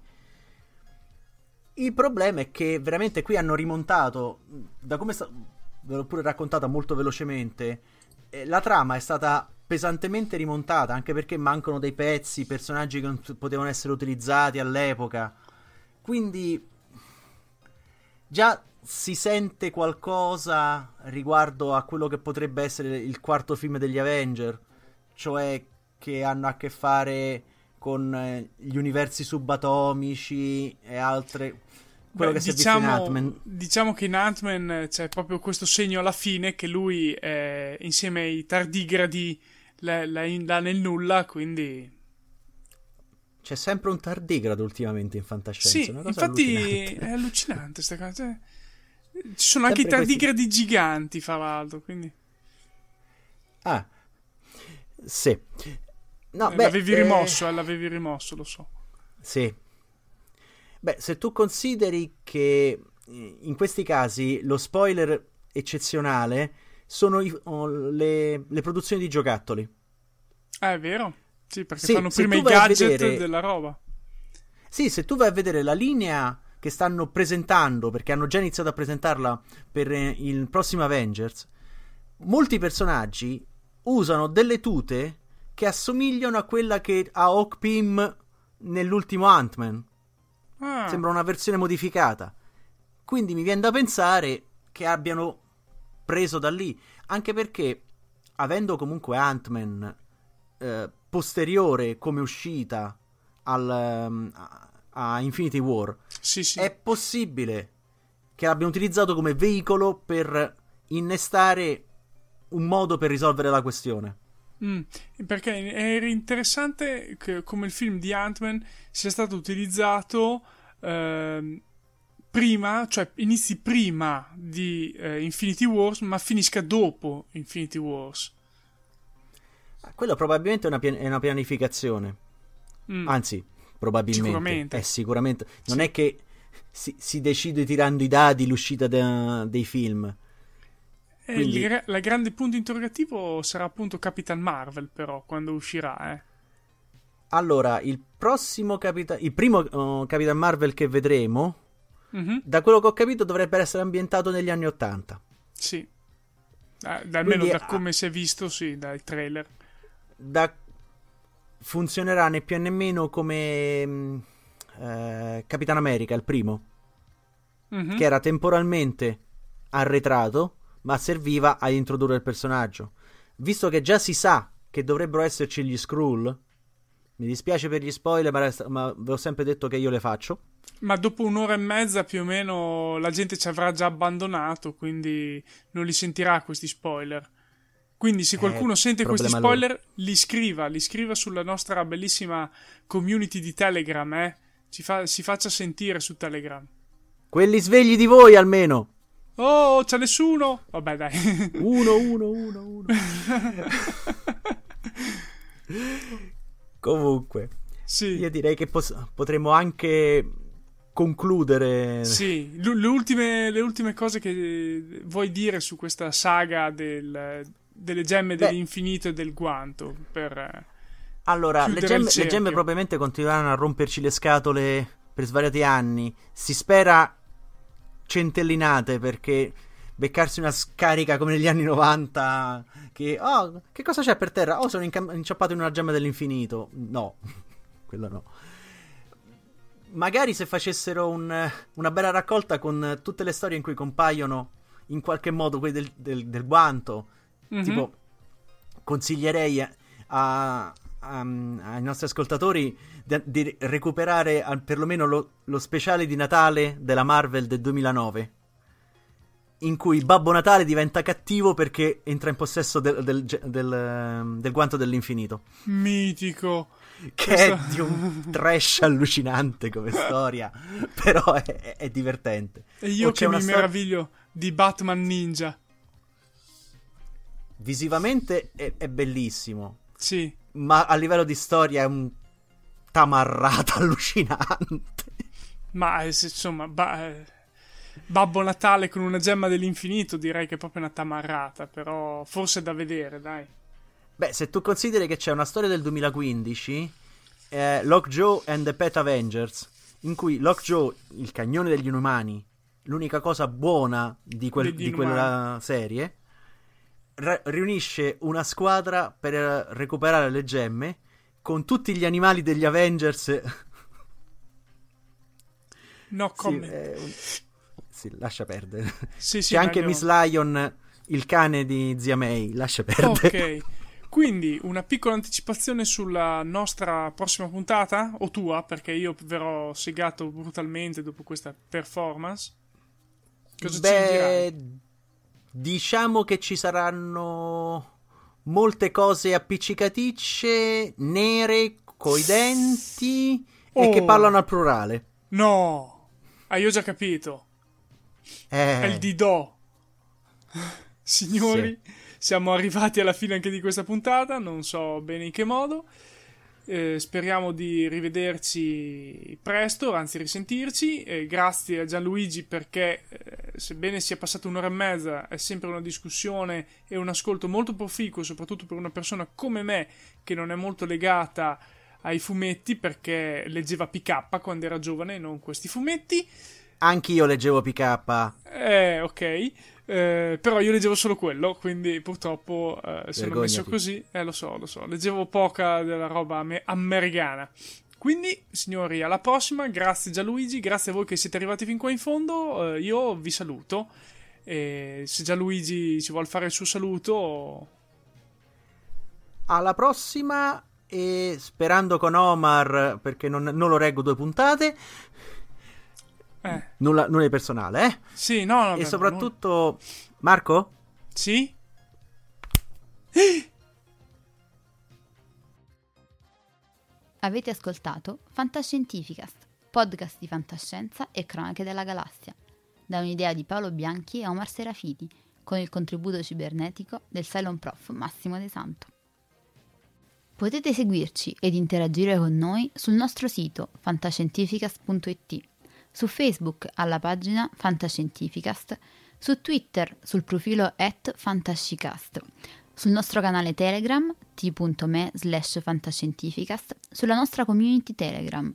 S4: Il problema è che veramente qui hanno rimontato, da come ve l'ho pure raccontata molto velocemente, la trama è stata pesantemente rimontata, anche perché mancano dei pezzi, personaggi che non potevano essere utilizzati all'epoca. Quindi già si sente qualcosa riguardo a quello che potrebbe essere il quarto film degli Avenger, cioè che hanno a che fare con gli universi subatomici e altre. Quello che si è visto in Ant-Man.
S3: Diciamo che in Ant-Man c'è proprio questo segno alla fine che lui è insieme ai tardigradi là nel nulla, quindi
S4: c'è sempre un tardigrado ultimamente in fantascienza.
S3: Sì,
S4: una cosa
S3: infatti
S4: allucinante.
S3: è allucinante sta cosa. Cioè, ci sono anche i
S4: Sempre
S3: tardigradi giganti, fra l'altro, quindi...
S4: Ah, sì. No,
S3: l'avevi rimosso, lo so.
S4: Sì. Beh, se tu consideri che in questi casi lo spoiler eccezionale sono le produzioni di giocattoli.
S3: Ah, è vero? Sì, perché
S4: Sì,
S3: fanno
S4: se
S3: prima
S4: tu
S3: i
S4: vai a
S3: gadget
S4: vedere-
S3: della roba.
S4: Sì, se tu vai a vedere la linea che stanno presentando, perché hanno già iniziato a presentarla per il prossimo Avengers, molti personaggi usano delle tute che assomigliano a quella che ha Hawk Pym nell'ultimo Ant-Man.
S3: Ah,
S4: Sembra una versione modificata. Quindi mi viene da pensare che abbiano preso da lì. Anche perché, avendo comunque Ant-Man posteriore come uscita a Infinity War,
S3: sì, sì.
S4: è possibile che l'abbiano utilizzato come veicolo per innestare un modo per risolvere la questione.
S3: Perché è interessante che come il film di Ant-Man sia stato utilizzato prima, cioè inizi prima di Infinity Wars, ma finisca dopo Infinity Wars.
S4: Quello probabilmente è una pianificazione. Anzi, probabilmente.
S3: Sicuramente.
S4: Sicuramente. Non
S3: Sì.
S4: è che si decide tirando i dadi l'uscita dei film.
S3: E
S4: Quindi-
S3: la grande punto interrogativo sarà appunto Capitan Marvel, però, quando uscirà,
S4: Allora, il primo Capitan Marvel che vedremo,
S3: Mhm,
S4: da quello che ho capito, dovrebbe essere ambientato negli anni '80.
S3: sì. Almeno
S4: Quindi,
S3: da come si è visto, sì, dai trailer.
S4: Funzionerà né più né meno come Capitan America, il primo,
S3: Mhm.
S4: che era temporalmente arretrato, ma serviva a introdurre il personaggio. Visto che già si sa che dovrebbero esserci gli Skrull, mi dispiace per gli spoiler, ma vi ho sempre detto che io le faccio.
S3: Ma dopo un'ora e mezza più o meno la gente ci avrà già abbandonato, quindi non li sentirà questi spoiler. Quindi se qualcuno sente questi
S4: problema loro.
S3: spoiler, li scriva sulla nostra bellissima community di Telegram, si faccia sentire su Telegram.
S4: Quelli svegli di voi almeno.
S3: Oh, c'è nessuno? Vabbè, dai.
S4: Uno. Comunque,
S3: Sì.
S4: io direi che potremmo anche concludere.
S3: Sì, le ultime cose che vuoi dire su questa saga delle gemme dell'infinito e del guanto per
S4: Allora, le
S3: chiudere il
S4: gemme
S3: cerchio.
S4: probabilmente continueranno a romperci le scatole per svariati anni. Si spera centellinate, perché beccarsi una scarica come negli anni 90 che che cosa c'è per terra? Oh, sono inciampato in una gemma dell'infinito. No, quello no. Magari se facessero una bella raccolta con tutte le storie in cui compaiono in qualche modo quelli del guanto,
S3: Mhm.
S4: tipo, consiglierei ai nostri ascoltatori di recuperare perlomeno lo speciale di Natale della Marvel del 2009, in cui Babbo Natale diventa cattivo perché entra in possesso del guanto dell'infinito,
S3: Mitico.
S4: che è di un trash allucinante come storia, però è divertente.
S3: E io
S4: O c'è
S3: che mi
S4: una
S3: meraviglio di Batman Ninja.
S4: Visivamente è bellissimo,
S3: Sì.
S4: ma a livello di storia è un tamarrata allucinante.
S3: Ma insomma, Babbo Natale con una gemma dell'infinito direi che è proprio una tamarrata, però forse è da vedere, dai.
S4: Beh, se tu consideri che c'è una storia del 2015, Lockjaw and the Pet Avengers, in cui Lockjaw, il cagnone degli inumani, l'unica cosa buona di quella serie, riunisce una squadra per recuperare le gemme con tutti gli animali degli Avengers.
S3: No comment.
S4: Sì, lascia perdere.
S3: Sì,
S4: C'è anche
S3: meglio.
S4: Miss Lion, il cane di Zia May, lascia perdere.
S3: Ok. Quindi una piccola anticipazione sulla nostra prossima puntata, o tua, perché io verrò segato brutalmente dopo questa performance. Cosa ci dirai?
S4: Diciamo che ci saranno molte cose appiccicaticce, nere, coi denti e che parlano al plurale.
S3: No, io ho già capito. È il Didò. Signori, siamo arrivati alla fine anche di questa puntata, non so bene in che modo. Speriamo di rivederci presto, anzi risentirci. Grazie a Gianluigi perché sebbene sia passata 1 ora e mezza è sempre una discussione e un ascolto molto proficuo, soprattutto per una persona come me che non è molto legata ai fumetti perché leggeva PK quando era giovane, non questi fumetti.
S4: Anch'io leggevo PK.
S3: Ok. Però io leggevo solo quello, quindi purtroppo sono messo così. Lo so, leggevo poca della roba americana. Quindi, signori, alla prossima. Grazie Gianluigi, grazie a voi che siete arrivati fin qua in fondo. Io vi saluto. Se Gianluigi ci vuole fare il suo saluto,
S4: alla prossima. E sperando con Omar, perché non lo reggo 2 puntate. Nulla di personale,
S3: Sì, no.
S4: E soprattutto, Marco?
S3: Sì?
S2: Avete ascoltato Fantascientificast, podcast di fantascienza e cronache della galassia, da un'idea di Paolo Bianchi e Omar Serafiti, con il contributo cibernetico del Cylon Prof Massimo De Santo. Potete seguirci ed interagire con noi sul nostro sito fantascientificast.it, su Facebook alla pagina Fantascientificast, su Twitter sul profilo @fantascicast, sul nostro canale Telegram t.me/fantascientificast, sulla nostra community Telegram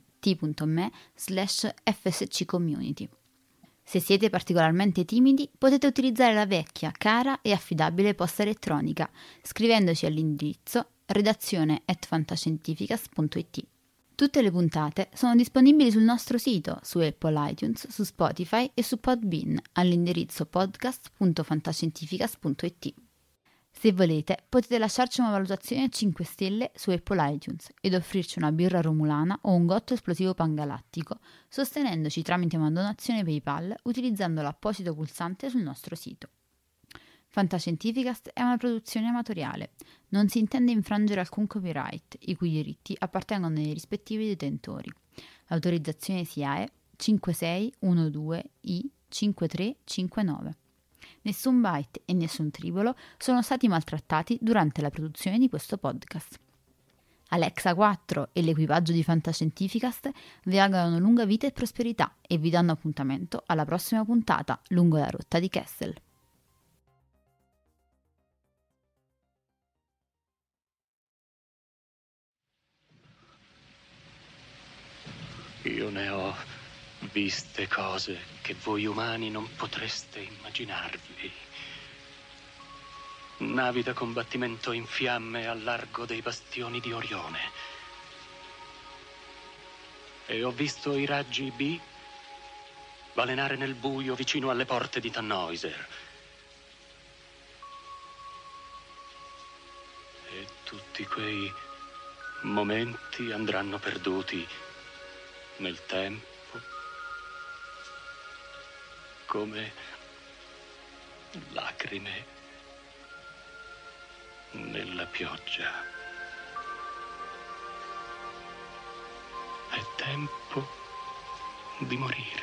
S2: t.me/fsccommunity. Se siete particolarmente timidi, potete utilizzare la vecchia, cara e affidabile posta elettronica, scrivendoci all'indirizzo redazione@fantascientificast.it. Tutte le puntate sono disponibili sul nostro sito, su Apple iTunes, su Spotify e su Podbean all'indirizzo podcast.fantascientificast.it. Se volete, potete lasciarci una valutazione a 5 stelle su Apple iTunes ed offrirci una birra romulana o un gotto esplosivo pangalattico, sostenendoci tramite una donazione PayPal utilizzando l'apposito pulsante sul nostro sito. Fantascientificast è una produzione amatoriale. Non si intende infrangere alcun copyright, i cui diritti appartengono ai rispettivi detentori. L'autorizzazione SIAE 5612I5359. Nessun byte e nessun tribolo sono stati maltrattati durante la produzione di questo podcast. Alexa 4 e l'equipaggio di Fantascientificast vi augurano lunga vita e prosperità e vi danno appuntamento alla prossima puntata lungo la rotta di Kessel.
S7: Io ne ho viste cose che voi umani non potreste immaginarvi. Navi da combattimento in fiamme al largo dei bastioni di Orione. E ho visto i raggi B balenare nel buio vicino alle porte di Tannhäuser. E tutti quei momenti andranno perduti nel tempo, come lacrime nella pioggia. È tempo di morire.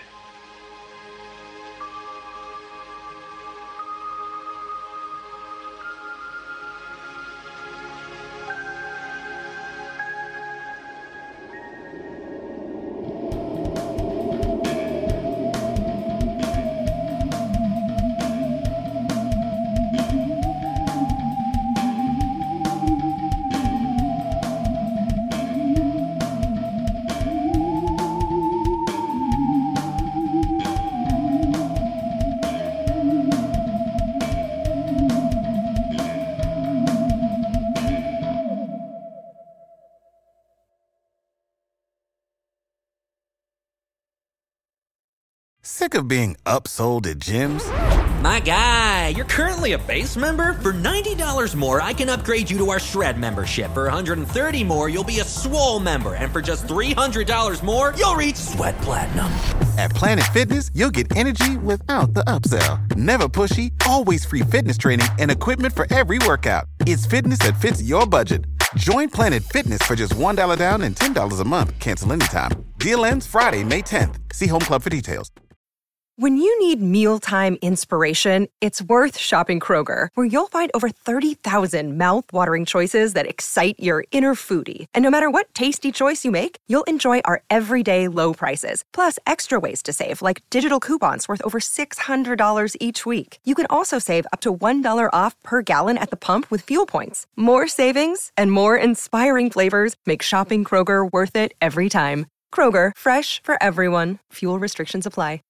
S8: Sick of being upsold at gyms?
S9: My guy, you're currently a base member? For $90 more, I can upgrade you to our Shred membership. For $130 more, you'll be a Swole member. And for just $300 more, you'll reach Sweat Platinum.
S8: At Planet Fitness, you'll get energy without the upsell. Never pushy, always free fitness training and equipment for every workout. It's fitness that fits your budget. Join Planet Fitness for just $1 down and $10 a month. Cancel anytime. Deal ends Friday, May 10th. See Home Club for details.
S10: When you need mealtime inspiration, it's worth shopping Kroger, where you'll find over 30,000 mouth-watering choices that excite your inner foodie. And no matter what tasty choice you make, you'll enjoy our everyday low prices, plus extra ways to save, like digital coupons worth over $600 each week. You can also save up to $1 off per gallon at the pump with fuel points. More savings and more inspiring flavors make shopping Kroger worth it every time. Kroger, fresh for everyone. Fuel restrictions apply.